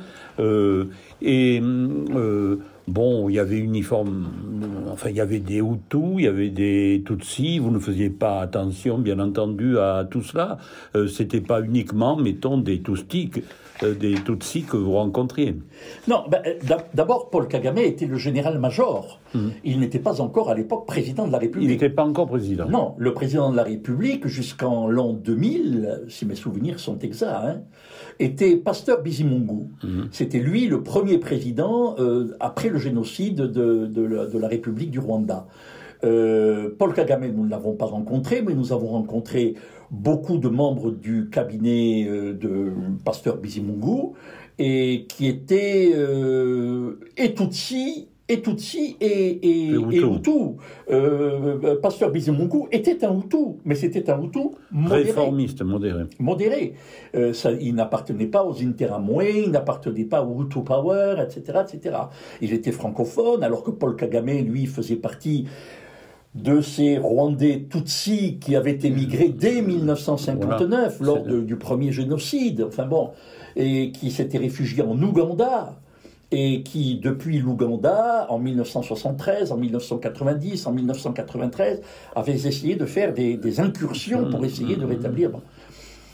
Speaker 1: bon, il y avait il y avait des Hutus, il y avait des Tutsis, vous ne faisiez pas attention, bien entendu, à tout cela. C'était pas uniquement, mettons, des Tutsis que vous rencontriez.
Speaker 4: Non, d'abord, Paul Kagame était le général-major. Il n'était pas encore, à l'époque, président de la République.
Speaker 1: Il n'était pas encore président.
Speaker 4: Non, le président de la République, jusqu'en l'an 2000, si mes souvenirs sont exacts, était Pasteur Bizimungu. C'était lui le premier président après le génocide de la République du Rwanda. Paul Kagame, nous ne l'avons pas rencontré, mais nous avons rencontré beaucoup de membres du cabinet de Pasteur Bizimungu, et qui étaient et Tutsi et Hutu. Pasteur Bizimungu était un Hutu, mais c'était un Hutu modéré.
Speaker 1: Réformiste, modéré.
Speaker 4: Il n'appartenait pas aux Interamwe, il n'appartenait pas au Hutu Power, etc., etc. Il était francophone, alors que Paul Kagame, lui, faisait partie de ces Rwandais Tutsis qui avaient émigré dès 1959, lors du premier génocide, enfin bon, et qui s'étaient réfugiés en Ouganda, et qui, depuis l'Ouganda, en 1973, en 1990, en 1993, avaient essayé de faire des incursions pour essayer de rétablir.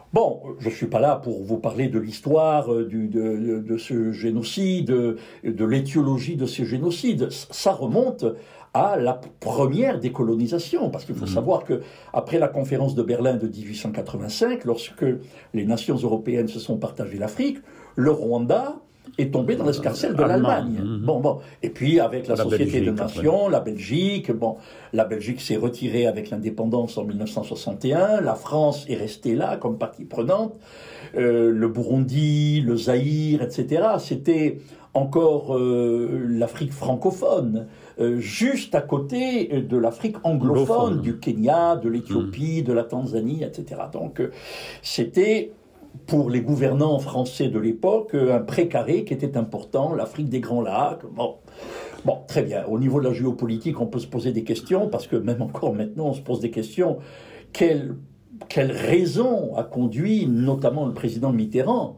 Speaker 4: Bon, je ne suis pas là pour vous parler de l'histoire de ce génocide, de l'étiologie de ce génocide. Ça remonte à la première décolonisation, parce qu'il faut savoir que après la conférence de Berlin de 1885, lorsque les nations européennes se sont partagées l'Afrique, le Rwanda est tombé dans l'escarcelle de l'Allemagne. Bon. Et puis, avec la Société des Nations, la Belgique, la Belgique s'est retirée avec l'indépendance en 1961, la France est restée là comme partie prenante, le Burundi, le Zaïre, etc. C'était encore l'Afrique francophone, juste à côté de l'Afrique anglophone, du Kenya, de l'Éthiopie, de la Tanzanie, etc. Donc, c'était pour les gouvernants français de l'époque, un précaré qui était important, l'Afrique des Grands Lacs. Bon, très bien. Au niveau de la géopolitique, on peut se poser des questions, parce que même encore maintenant, on se pose des questions. Quelle raison a conduit, notamment le président Mitterrand,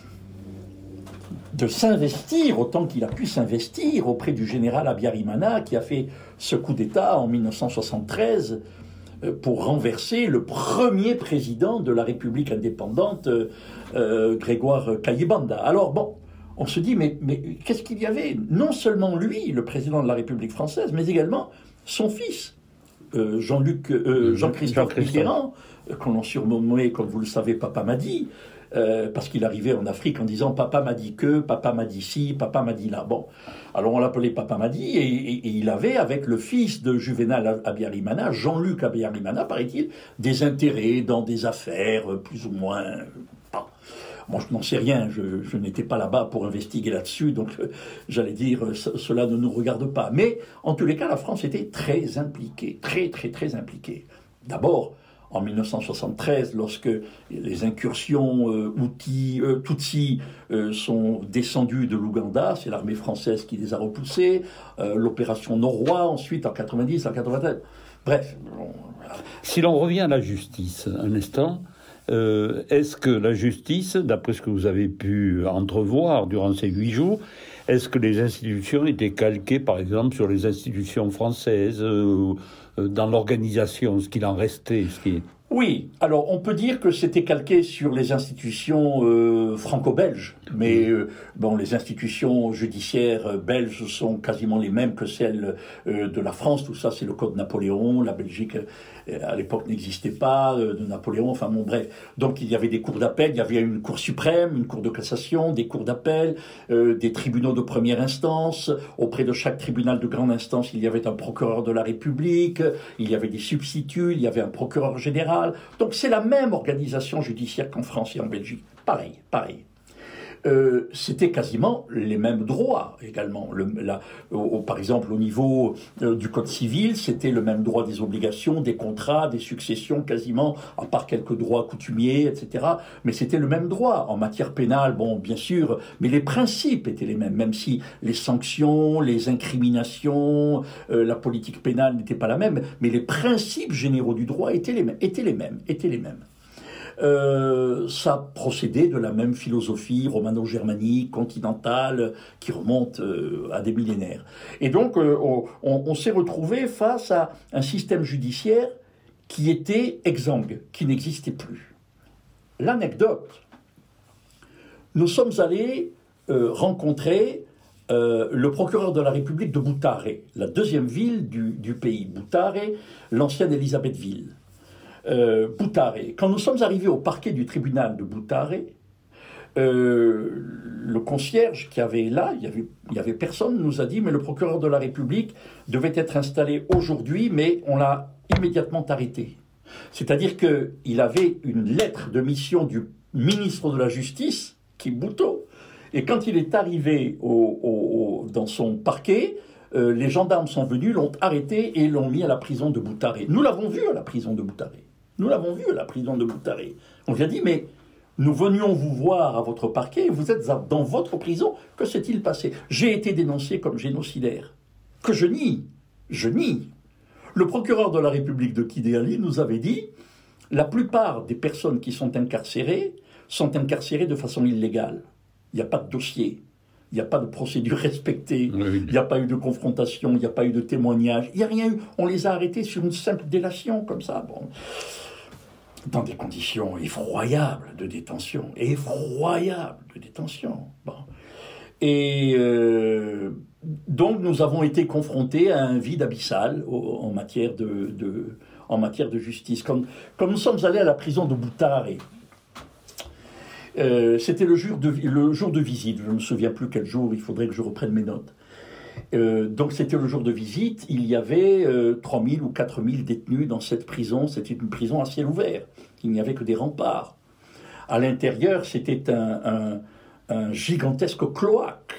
Speaker 4: de s'investir autant qu'il a pu s'investir auprès du général Habyarimana, qui a fait ce coup d'État en 1973 pour renverser le premier président de la République indépendante, Grégoire Kayibanda. Alors bon, on se dit, mais qu'est-ce qu'il y avait? Non seulement lui, le président de la République française, mais également son fils, Jean-Christophe Mitterrand, qu'on a surnommé, comme vous le savez, Papa Madi, parce qu'il arrivait en Afrique en disant « Papa m'a dit que, papa m'a dit ci, papa m'a dit là ». Bon, alors on l'appelait Papa Madi, et il avait, avec le fils de Juvénal Habyarimana, Jean-Luc Habyarimana, paraît-il, des intérêts dans des affaires plus ou moins... Moi, je n'en sais rien, je n'étais pas là-bas pour investiguer là-dessus, donc j'allais dire, cela ne nous regarde pas. Mais, en tous les cas, la France était très impliquée, très impliquée. D'abord, en 1973, lorsque les incursions Tutsi sont descendues de l'Ouganda, c'est l'armée française qui les a repoussées, l'opération Norrois, ensuite en 90, en 93, bref.
Speaker 1: Si l'on revient à la justice, un instant, est-ce que la justice, d'après ce que vous avez pu entrevoir durant ces 8 jours, est-ce que les institutions étaient calquées, par exemple, sur les institutions françaises, dans l'organisation, ce qu'il en restait,
Speaker 4: Oui, alors on peut dire que c'était calqué sur les institutions franco-belges, mais les institutions judiciaires belges sont quasiment les mêmes que celles de la France. Tout ça, c'est le Code Napoléon. La Belgique, à l'époque, n'existait pas, de Napoléon, enfin bon, bref. Donc il y avait des cours d'appel, il y avait une cour suprême, une cour de cassation, des cours d'appel, des tribunaux de première instance. Auprès de chaque tribunal de grande instance, il y avait un procureur de la République, il y avait des substituts, il y avait un procureur général. Donc c'est la même organisation judiciaire qu'en France et en Belgique. Pareil. C'était quasiment les mêmes droits également. Par exemple, au niveau du Code civil, c'était le même droit des obligations, des contrats, des successions quasiment, à part quelques droits coutumiers, etc. Mais c'était le même droit. En matière pénale, bon, bien sûr, mais les principes étaient les mêmes, même si les sanctions, les incriminations, la politique pénale n'était pas la même, mais les principes généraux du droit étaient les mêmes. Ça procédait de la même philosophie romano-germanique, continentale, qui remonte à des millénaires. Et donc, on s'est retrouvé face à un système judiciaire qui était exsangue, qui n'existait plus. L'anecdote, nous sommes allés rencontrer le procureur de la République de Butare, la deuxième ville du pays. Butare, l'ancienne Élisabethville. Butare. Quand nous sommes arrivés au parquet du tribunal de Butare, le concierge qui avait là, il y avait personne, nous a dit mais le procureur de la République devait être installé aujourd'hui, mais on l'a immédiatement arrêté. C'est-à-dire qu'il avait une lettre de mission du ministre de la Justice, qui Bhutto, et quand il est arrivé dans son parquet, les gendarmes sont venus, l'ont arrêté et l'ont mis à la prison de Butare. Nous l'avons vu à la prison de Butare. On lui a dit, mais nous venions vous voir à votre parquet, vous êtes dans votre prison, que s'est-il passé? J'ai été dénoncé comme génocidaire. Que je nie. Le procureur de la République de Kigali nous avait dit, la plupart des personnes qui sont incarcérées de façon illégale. Il n'y a pas de dossier. Il n'y a pas de procédure respectée, il n'y a pas eu de confrontation, il n'y a pas eu de témoignage, il n'y a rien eu. On les a arrêtés sur une simple délation, comme ça. Bon. dans des conditions effroyables de détention. Bon. Et donc nous avons été confrontés à un vide abyssal en matière de justice. Comme nous sommes allés à la prison de Boutaré, c'était le jour de visite, je ne me souviens plus quel jour, il faudrait que je reprenne mes notes. Donc c'était le jour de visite, il y avait 3000 ou 4000 détenus dans cette prison, c'était une prison à ciel ouvert, il n'y avait que des remparts. À l'intérieur, c'était un gigantesque cloaque.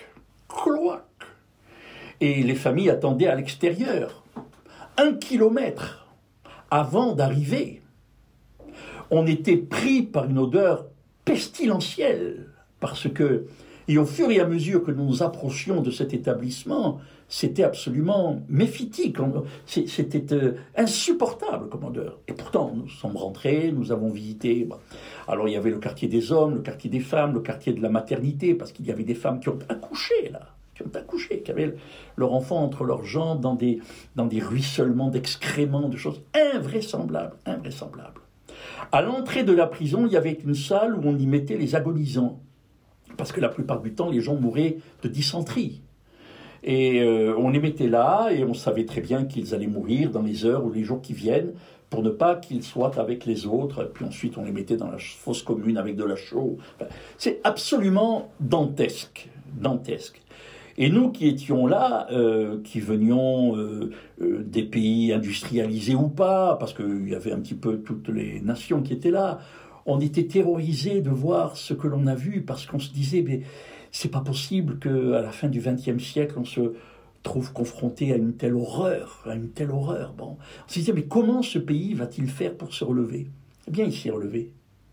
Speaker 4: Et les familles attendaient à l'extérieur. 1 kilomètre avant d'arriver, on était pris par une odeur pestilentielle, parce que, et au fur et à mesure que nous nous approchions de cet établissement, c'était absolument méphitique, c'était insupportable comme odeur. Et pourtant, nous sommes rentrés, nous avons visité. Alors il y avait le quartier des hommes, le quartier des femmes, le quartier de la maternité, parce qu'il y avait des femmes qui ont accouché là, qui avaient leur enfant entre leurs jambes dans des ruissellements d'excréments, de choses invraisemblables. À l'entrée de la prison, il y avait une salle où on y mettait les agonisants, parce que la plupart du temps, les gens mouraient de dysenterie. Et on les mettait là, et on savait très bien qu'ils allaient mourir dans les heures ou les jours qui viennent, pour ne pas qu'ils soient avec les autres. Et puis ensuite, on les mettait dans la fosse commune avec de la chaux. Enfin, c'est absolument dantesque. Et nous qui étions là, qui venions des pays industrialisés ou pas, parce qu'il y avait un petit peu toutes les nations qui étaient là, on était terrorisés de voir ce que l'on a vu, parce qu'on se disait, mais c'est pas possible qu'à la fin du XXe siècle, on se trouve confronté à une telle horreur. Bon, on se disait, mais comment ce pays va-t-il faire pour se relever? Eh bien, il s'est relevé.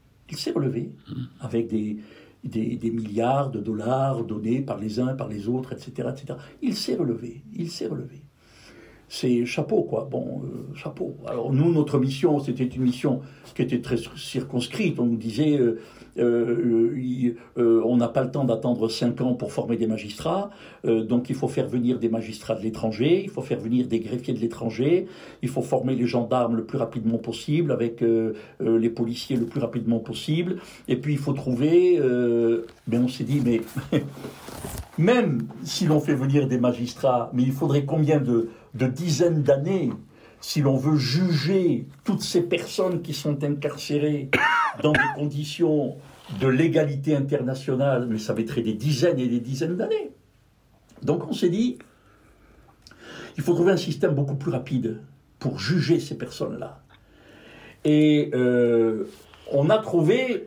Speaker 4: Avec des milliards de dollars donnés par les uns, par les autres, etc. Il s'est relevé. C'est chapeau, quoi. Bon, chapeau. Alors nous, notre mission, c'était une mission qui était très circonscrite. On nous disait, on n'a pas le temps d'attendre 5 ans pour former des magistrats, donc il faut faire venir des magistrats de l'étranger, il faut faire venir des greffiers de l'étranger, il faut former les gendarmes le plus rapidement possible, avec les policiers le plus rapidement possible, et puis il faut trouver... on s'est dit, mais même si l'on fait venir des magistrats, mais il faudrait combien de dizaines d'années si l'on veut juger toutes ces personnes qui sont incarcérées dans des conditions de légalité internationale, mais ça mettrait des dizaines et des dizaines d'années. Donc on s'est dit, il faut trouver un système beaucoup plus rapide pour juger ces personnes-là. Et on a trouvé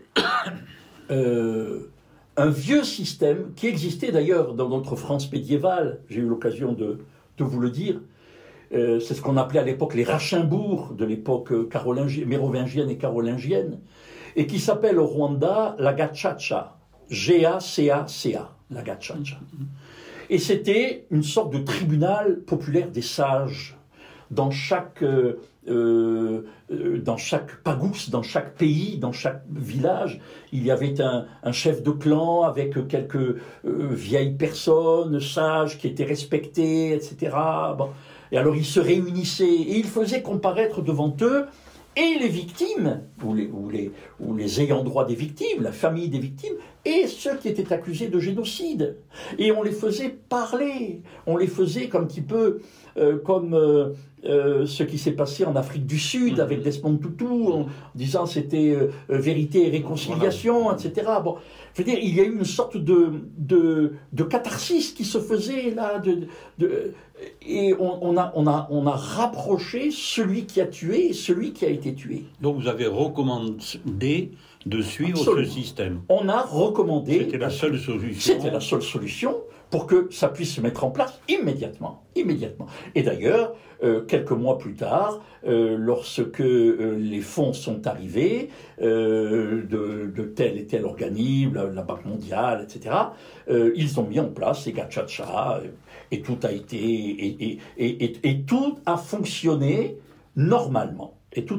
Speaker 4: un vieux système qui existait d'ailleurs dans notre France médiévale, j'ai eu l'occasion de vous le dire. C'est ce qu'on appelait à l'époque les Rachinbourgs, de l'époque mérovingienne et carolingienne, et qui s'appelle au Rwanda la Gacaca, G-A-C-A-C-A, la Gacaca. Et c'était une sorte de tribunal populaire des sages. Dans chaque pagousse, dans chaque pays, dans chaque village, il y avait un chef de clan avec quelques vieilles personnes sages qui étaient respectées, etc. Bon. Et alors ils se réunissaient et ils faisaient comparaître devant eux et les victimes, ou les ayants droit des victimes, la famille des victimes, et ceux qui étaient accusés de génocide. Et on les faisait parler, on les faisait un petit peu comme ce qui s'est passé en Afrique du Sud avec Desmond Tutu, en disant c'était vérité et réconciliation, etc. Bon, je veux dire, il y a eu une sorte de catharsis qui se faisait là, et on a rapproché celui qui a tué et celui qui a été tué.
Speaker 1: Donc vous avez recommandé de suivre ce système.
Speaker 4: On a recommandé...
Speaker 1: C'était la seule solution.
Speaker 4: C'était la seule solution pour que ça puisse se mettre en place immédiatement. Et d'ailleurs, quelques mois plus tard, lorsque les fonds sont arrivés de tel et tel organisme, la Banque mondiale, etc., ils ont mis en place les Gacaca, et tout a été... Et tout a fonctionné normalement.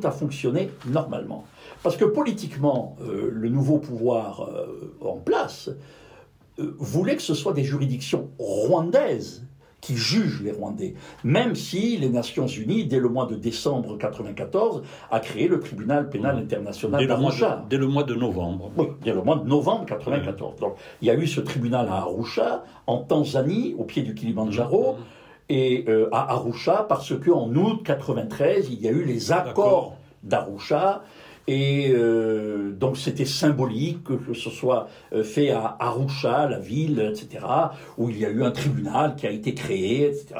Speaker 4: Parce que politiquement, le nouveau pouvoir en place voulait que ce soit des juridictions rwandaises qui juge les Rwandais. Même si les Nations Unies, dès le mois de décembre 1994, a créé le tribunal pénal international d'Arusha.
Speaker 1: Dès le mois de novembre.
Speaker 4: Oui, dès le mois de novembre 1994. Donc, il y a eu ce tribunal à Arusha, en Tanzanie, au pied du Kilimandjaro, et à Arusha, parce qu'en août 1993, il y a eu les accords d'Arusha. Et donc c'était symbolique que ce soit fait à Arusha, la ville, etc., où il y a eu un tribunal qui a été créé, etc.,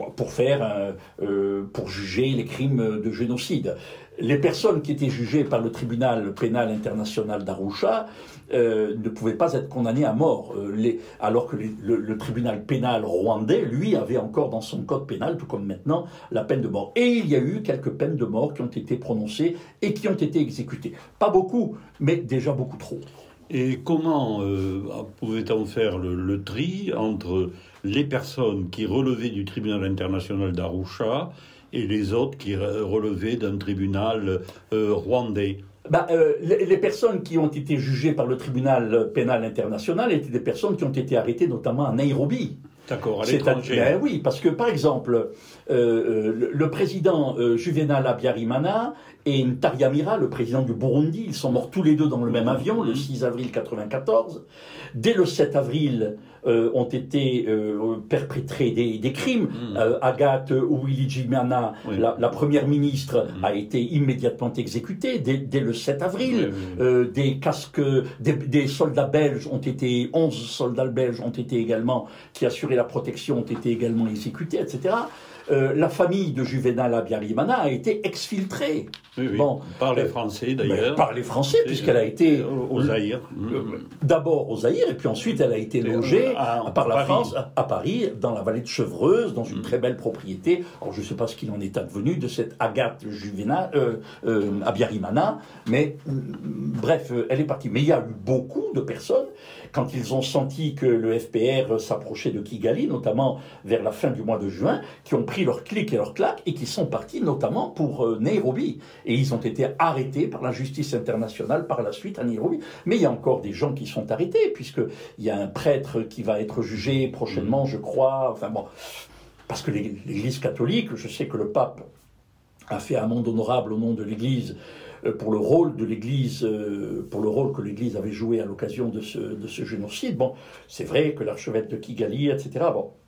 Speaker 4: pour juger les crimes de génocide. Les personnes qui étaient jugées par le tribunal pénal international d'Arusha ne pouvaient pas être condamnées à mort, alors que le tribunal pénal rwandais, lui, avait encore dans son code pénal, tout comme maintenant, la peine de mort. Et il y a eu quelques peines de mort qui ont été prononcées et qui ont été exécutées. Pas beaucoup, mais déjà beaucoup trop.
Speaker 1: Et comment pouvait-on faire le tri entre les personnes qui relevaient du tribunal international d'Arusha et les autres qui relevaient d'un tribunal rwandais?
Speaker 4: Les personnes qui ont été jugées par le tribunal pénal international étaient des personnes qui ont été arrêtées notamment à Nairobi.
Speaker 1: D'accord, à l'étranger.
Speaker 4: Oui, parce que par exemple, le président Juvenal Habyarimana et Ntaryamira, le président du Burundi, ils sont morts tous les deux dans le même avion, le 6 avril 1994. Dès le 7 avril, ont été perpétrés des crimes. Agathe Uwilingiyimana, la première ministre, a été immédiatement exécutée dès le 7 avril. Des soldats belges ont été, 11 soldats belges ont été également, qui assuraient la protection, ont été également exécutés, etc. La famille de Juvenal Habyarimana a été exfiltrée.
Speaker 1: Par les Français d'ailleurs.
Speaker 4: Par les Français, puisqu'elle a été
Speaker 1: au Zaïre.
Speaker 4: D'abord au Zaïre, et puis ensuite elle a été logée par la France à Paris, dans la vallée de Chevreuse, dans une très belle propriété. Alors je ne sais pas ce qu'il en est advenu de cette Agathe Habyarimana, mais bref, elle est partie. Mais il y a eu beaucoup de personnes, quand ils ont senti que le FPR s'approchait de Kigali, notamment vers la fin du mois de juin, qui ont pris leur clic et leur claque et qui sont partis notamment pour Nairobi. Et ils ont été arrêtés par la justice internationale par la suite à Nairobi. Mais il y a encore des gens qui sont arrêtés, puisqu'il y a un prêtre qui va être jugé prochainement, je crois. Parce que l'Église catholique, je sais que le pape a fait amende honorable au nom de l'Église pour le rôle de l'Église, pour le rôle que l'Église avait joué à l'occasion de ce génocide. C'est vrai que l'archevêque de Kigali, etc.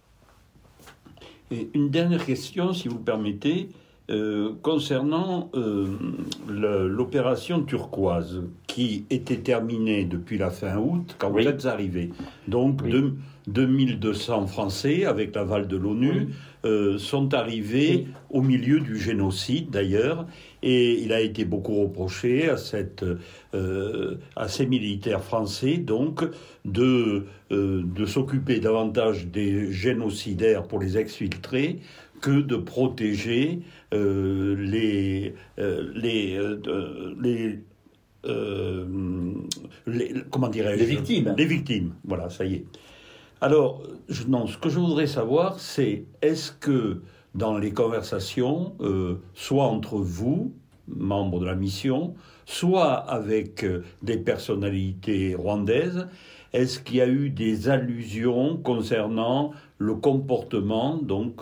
Speaker 1: Et une dernière question, si vous permettez, concernant l'opération turquoise, qui était terminée depuis la fin août, quand vous êtes arrivé. Donc, 2200 Français, avec l'aval de l'ONU, sont arrivés au milieu du génocide, d'ailleurs, et il a été beaucoup reproché à ces militaires français, donc, de s'occuper davantage des génocidaires pour les exfiltrer que de protéger les
Speaker 4: victimes.
Speaker 1: Les victimes, voilà, ça y est. Alors, ce que je voudrais savoir, c'est est-ce que dans les conversations, soit entre vous, membres de la mission, soit avec des personnalités rwandaises, est-ce qu'il y a eu des allusions concernant le comportement donc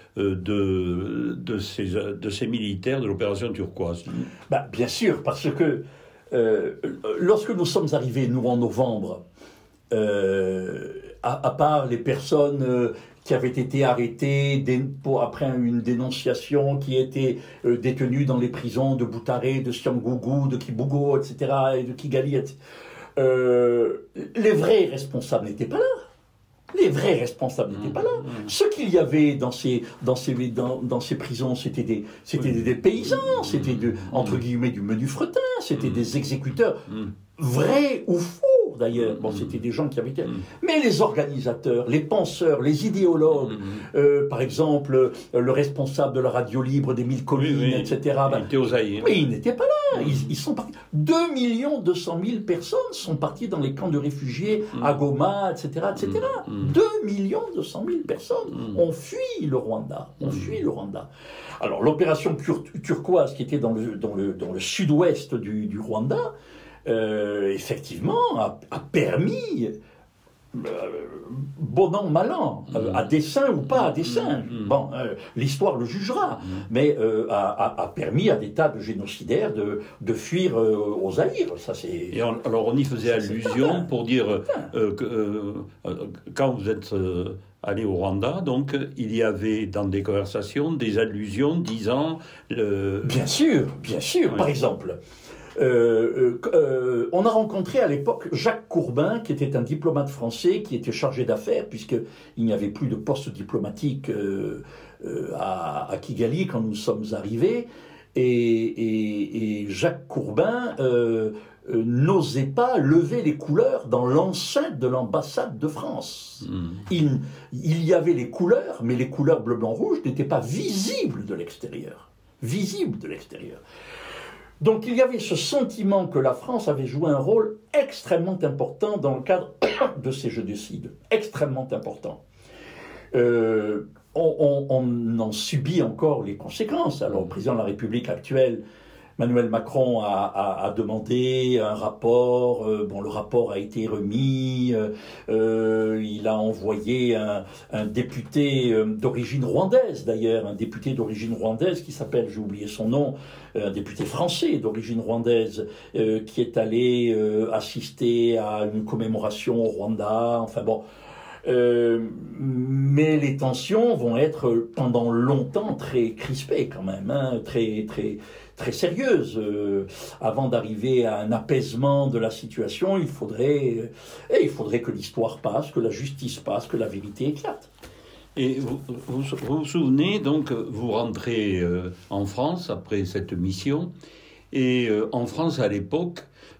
Speaker 1: de ces militaires de l'opération turquoise?
Speaker 4: Bien sûr, parce que lorsque nous sommes arrivés, nous, en novembre, à part les personnes qui avaient été arrêtées après une dénonciation, qui étaient détenues dans les prisons de Butare, de Cyangugu, de Kibugo, etc., et de Kigali, etc., les vrais responsables n'étaient pas là. Les vrais responsables n'étaient pas là. Ce qu'il y avait dans ces prisons, c'était des paysans, c'était entre guillemets du menu fretin, c'était des exécuteurs, vrais ou faux d'ailleurs. C'était des gens qui avaient été... Mais les organisateurs, les penseurs, les idéologues, par exemple, le responsable de la radio libre des 1000 collines, etc.
Speaker 1: Il était aux Zaïre.
Speaker 4: Mais ils n'étaient pas là. Ils sont partis. 2 200 000 personnes sont parties dans les camps de réfugiés à Goma, etc., etc. 2 200 000 personnes ont fui le Rwanda. Alors, l'opération turquoise, qui était dans le sud-ouest du Rwanda, effectivement, a permis bon an, mal an, à dessein ou pas à dessein. Bon, l'histoire le jugera, mais a permis à des tas de génocidaires de fuir aux Zaïre. Ça, c'est...
Speaker 1: Alors on y faisait allusion pour dire que quand vous êtes allé au Rwanda, donc il y avait dans des conversations des allusions disant...
Speaker 4: Bien sûr, oui. Par exemple... on a rencontré à l'époque Jacques Courbin, qui était un diplomate français, qui était chargé d'affaires, puisqu'il n'y avait plus de poste diplomatique à Kigali quand nous sommes arrivés. Et Jacques Courbin n'osait pas lever les couleurs dans l'enceinte de l'ambassade de France. Il y avait les couleurs, mais les couleurs bleu, blanc, rouge n'étaient pas visibles de l'extérieur. Donc il y avait ce sentiment que la France avait joué un rôle extrêmement important dans le cadre de ces génocides, extrêmement important. On en subit encore les conséquences. Alors le président de la République actuelle, Emmanuel Macron, a demandé un rapport. Le rapport a été remis. Il a envoyé un député d'origine rwandaise, d'ailleurs, un député d'origine rwandaise qui s'appelle, j'ai oublié son nom, un député français d'origine rwandaise qui est allé assister à une commémoration au Rwanda. Enfin bon. Mais les tensions vont être pendant longtemps très crispées quand même, très sérieuses. Avant d'arriver à un apaisement de la situation, il faudrait que l'histoire passe, que la justice passe, que la vérité éclate.
Speaker 1: Et vous souvenez, donc, vous rentrez en France après cette mission, et en France à l'époque,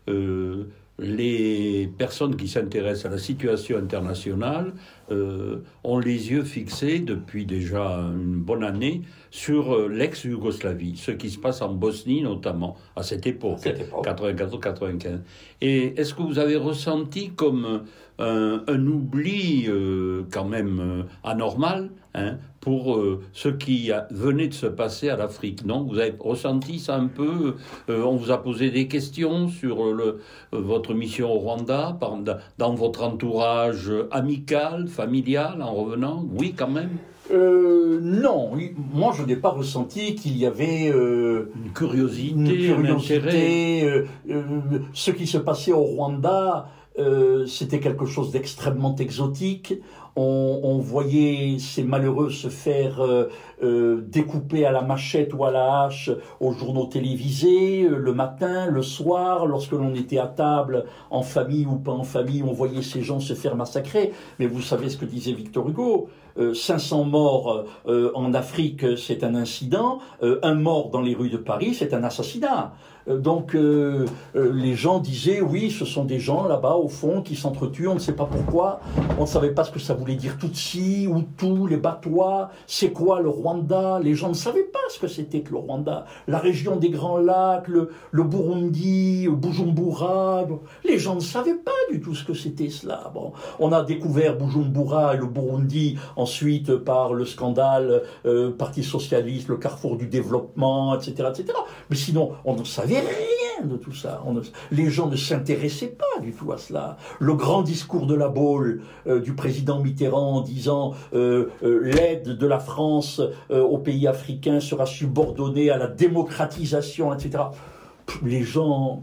Speaker 1: les personnes qui s'intéressent à la situation internationale ont les yeux fixés depuis déjà une bonne année sur l'ex-Yougoslavie, ce qui se passe en Bosnie notamment, à cette époque. 94-95. Et est-ce que vous avez ressenti comme un oubli quand même anormal pour ce qui venait de se passer à l'Afrique, non? Vous avez ressenti ça un peu? On vous a posé des questions sur votre mission au Rwanda, dans votre entourage amical, familial, en revenant? Oui, quand même.
Speaker 4: Non, moi je n'ai pas ressenti qu'il y avait
Speaker 1: une curiosité, un intérêt.
Speaker 4: Ce qui se passait au Rwanda, c'était quelque chose d'extrêmement exotique. On voyait ces malheureux se faire découper à la machette ou à la hache aux journaux télévisés, le matin, le soir, lorsque l'on était à table, en famille ou pas en famille, on voyait ces gens se faire massacrer. Mais vous savez ce que disait Victor Hugo, 500 morts en Afrique, c'est un incident, un mort dans les rues de Paris, c'est un assassinat. Donc les gens disaient, oui, ce sont des gens là-bas au fond qui s'entretuent, on ne sait pas pourquoi, on ne savait pas ce que ça voulait dire Tutsi, Hutu, les Batois, c'est quoi le Rwanda, les gens ne savaient pas ce que c'était que le Rwanda, la région des Grands Lacs, le Burundi, Bujumbura, les gens ne savaient pas du tout ce que c'était cela. Bon, on a découvert Bujumbura et le Burundi ensuite par le scandale Parti Socialiste, le carrefour du développement, etc., etc. Mais sinon, on ne savait rien de tout ça. Les gens ne s'intéressaient pas du tout à cela. Le grand discours de la Baule du président Mitterrand en disant l'aide de la France aux pays africains sera subordonnée à la démocratisation, etc. Les gens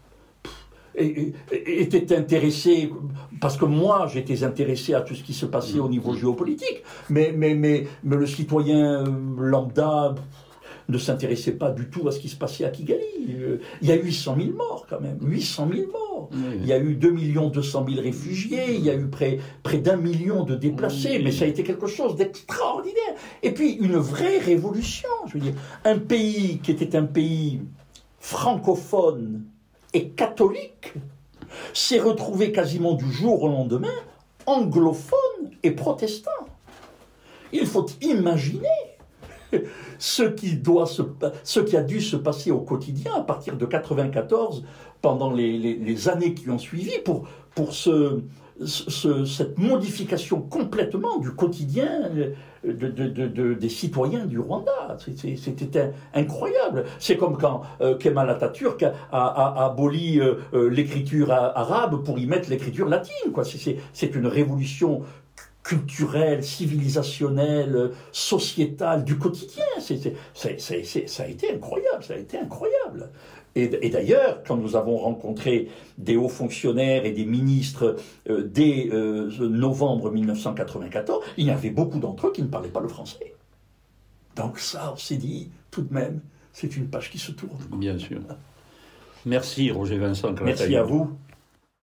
Speaker 4: étaient intéressés, parce que moi j'étais intéressé à tout ce qui se passait au niveau géopolitique, mais le citoyen lambda ne s'intéressait pas du tout à ce qui se passait à Kigali. Il y a eu 800 000 morts quand même, 800 000 morts. Oui. Il y a eu 2 200 000 réfugiés, il y a eu près d'1 million de déplacés, mais ça a été quelque chose d'extraordinaire. Et puis une vraie révolution, je veux dire. Un pays qui était un pays francophone et catholique s'est retrouvé quasiment du jour au lendemain anglophone et protestant. Il faut imaginer ce qui a dû se passer au quotidien à partir de 1994, pendant les années qui ont suivi, pour cette modification complètement du quotidien des citoyens du Rwanda. C'était incroyable. C'est comme quand Kemal Atatürk a aboli l'écriture arabe pour y mettre l'écriture latine, quoi. C'est une révolution culturelle, civilisationnelle, sociétale, du quotidien. Ça a été incroyable, ça a été incroyable. Et d'ailleurs, quand nous avons rencontré des hauts fonctionnaires et des ministres dès novembre 1994, il y avait beaucoup d'entre eux qui ne parlaient pas le français. Donc ça, on s'est dit, tout de même, c'est une page qui se tourne.
Speaker 5: Bien sûr. Merci Roger Vincent.
Speaker 4: Merci à vous.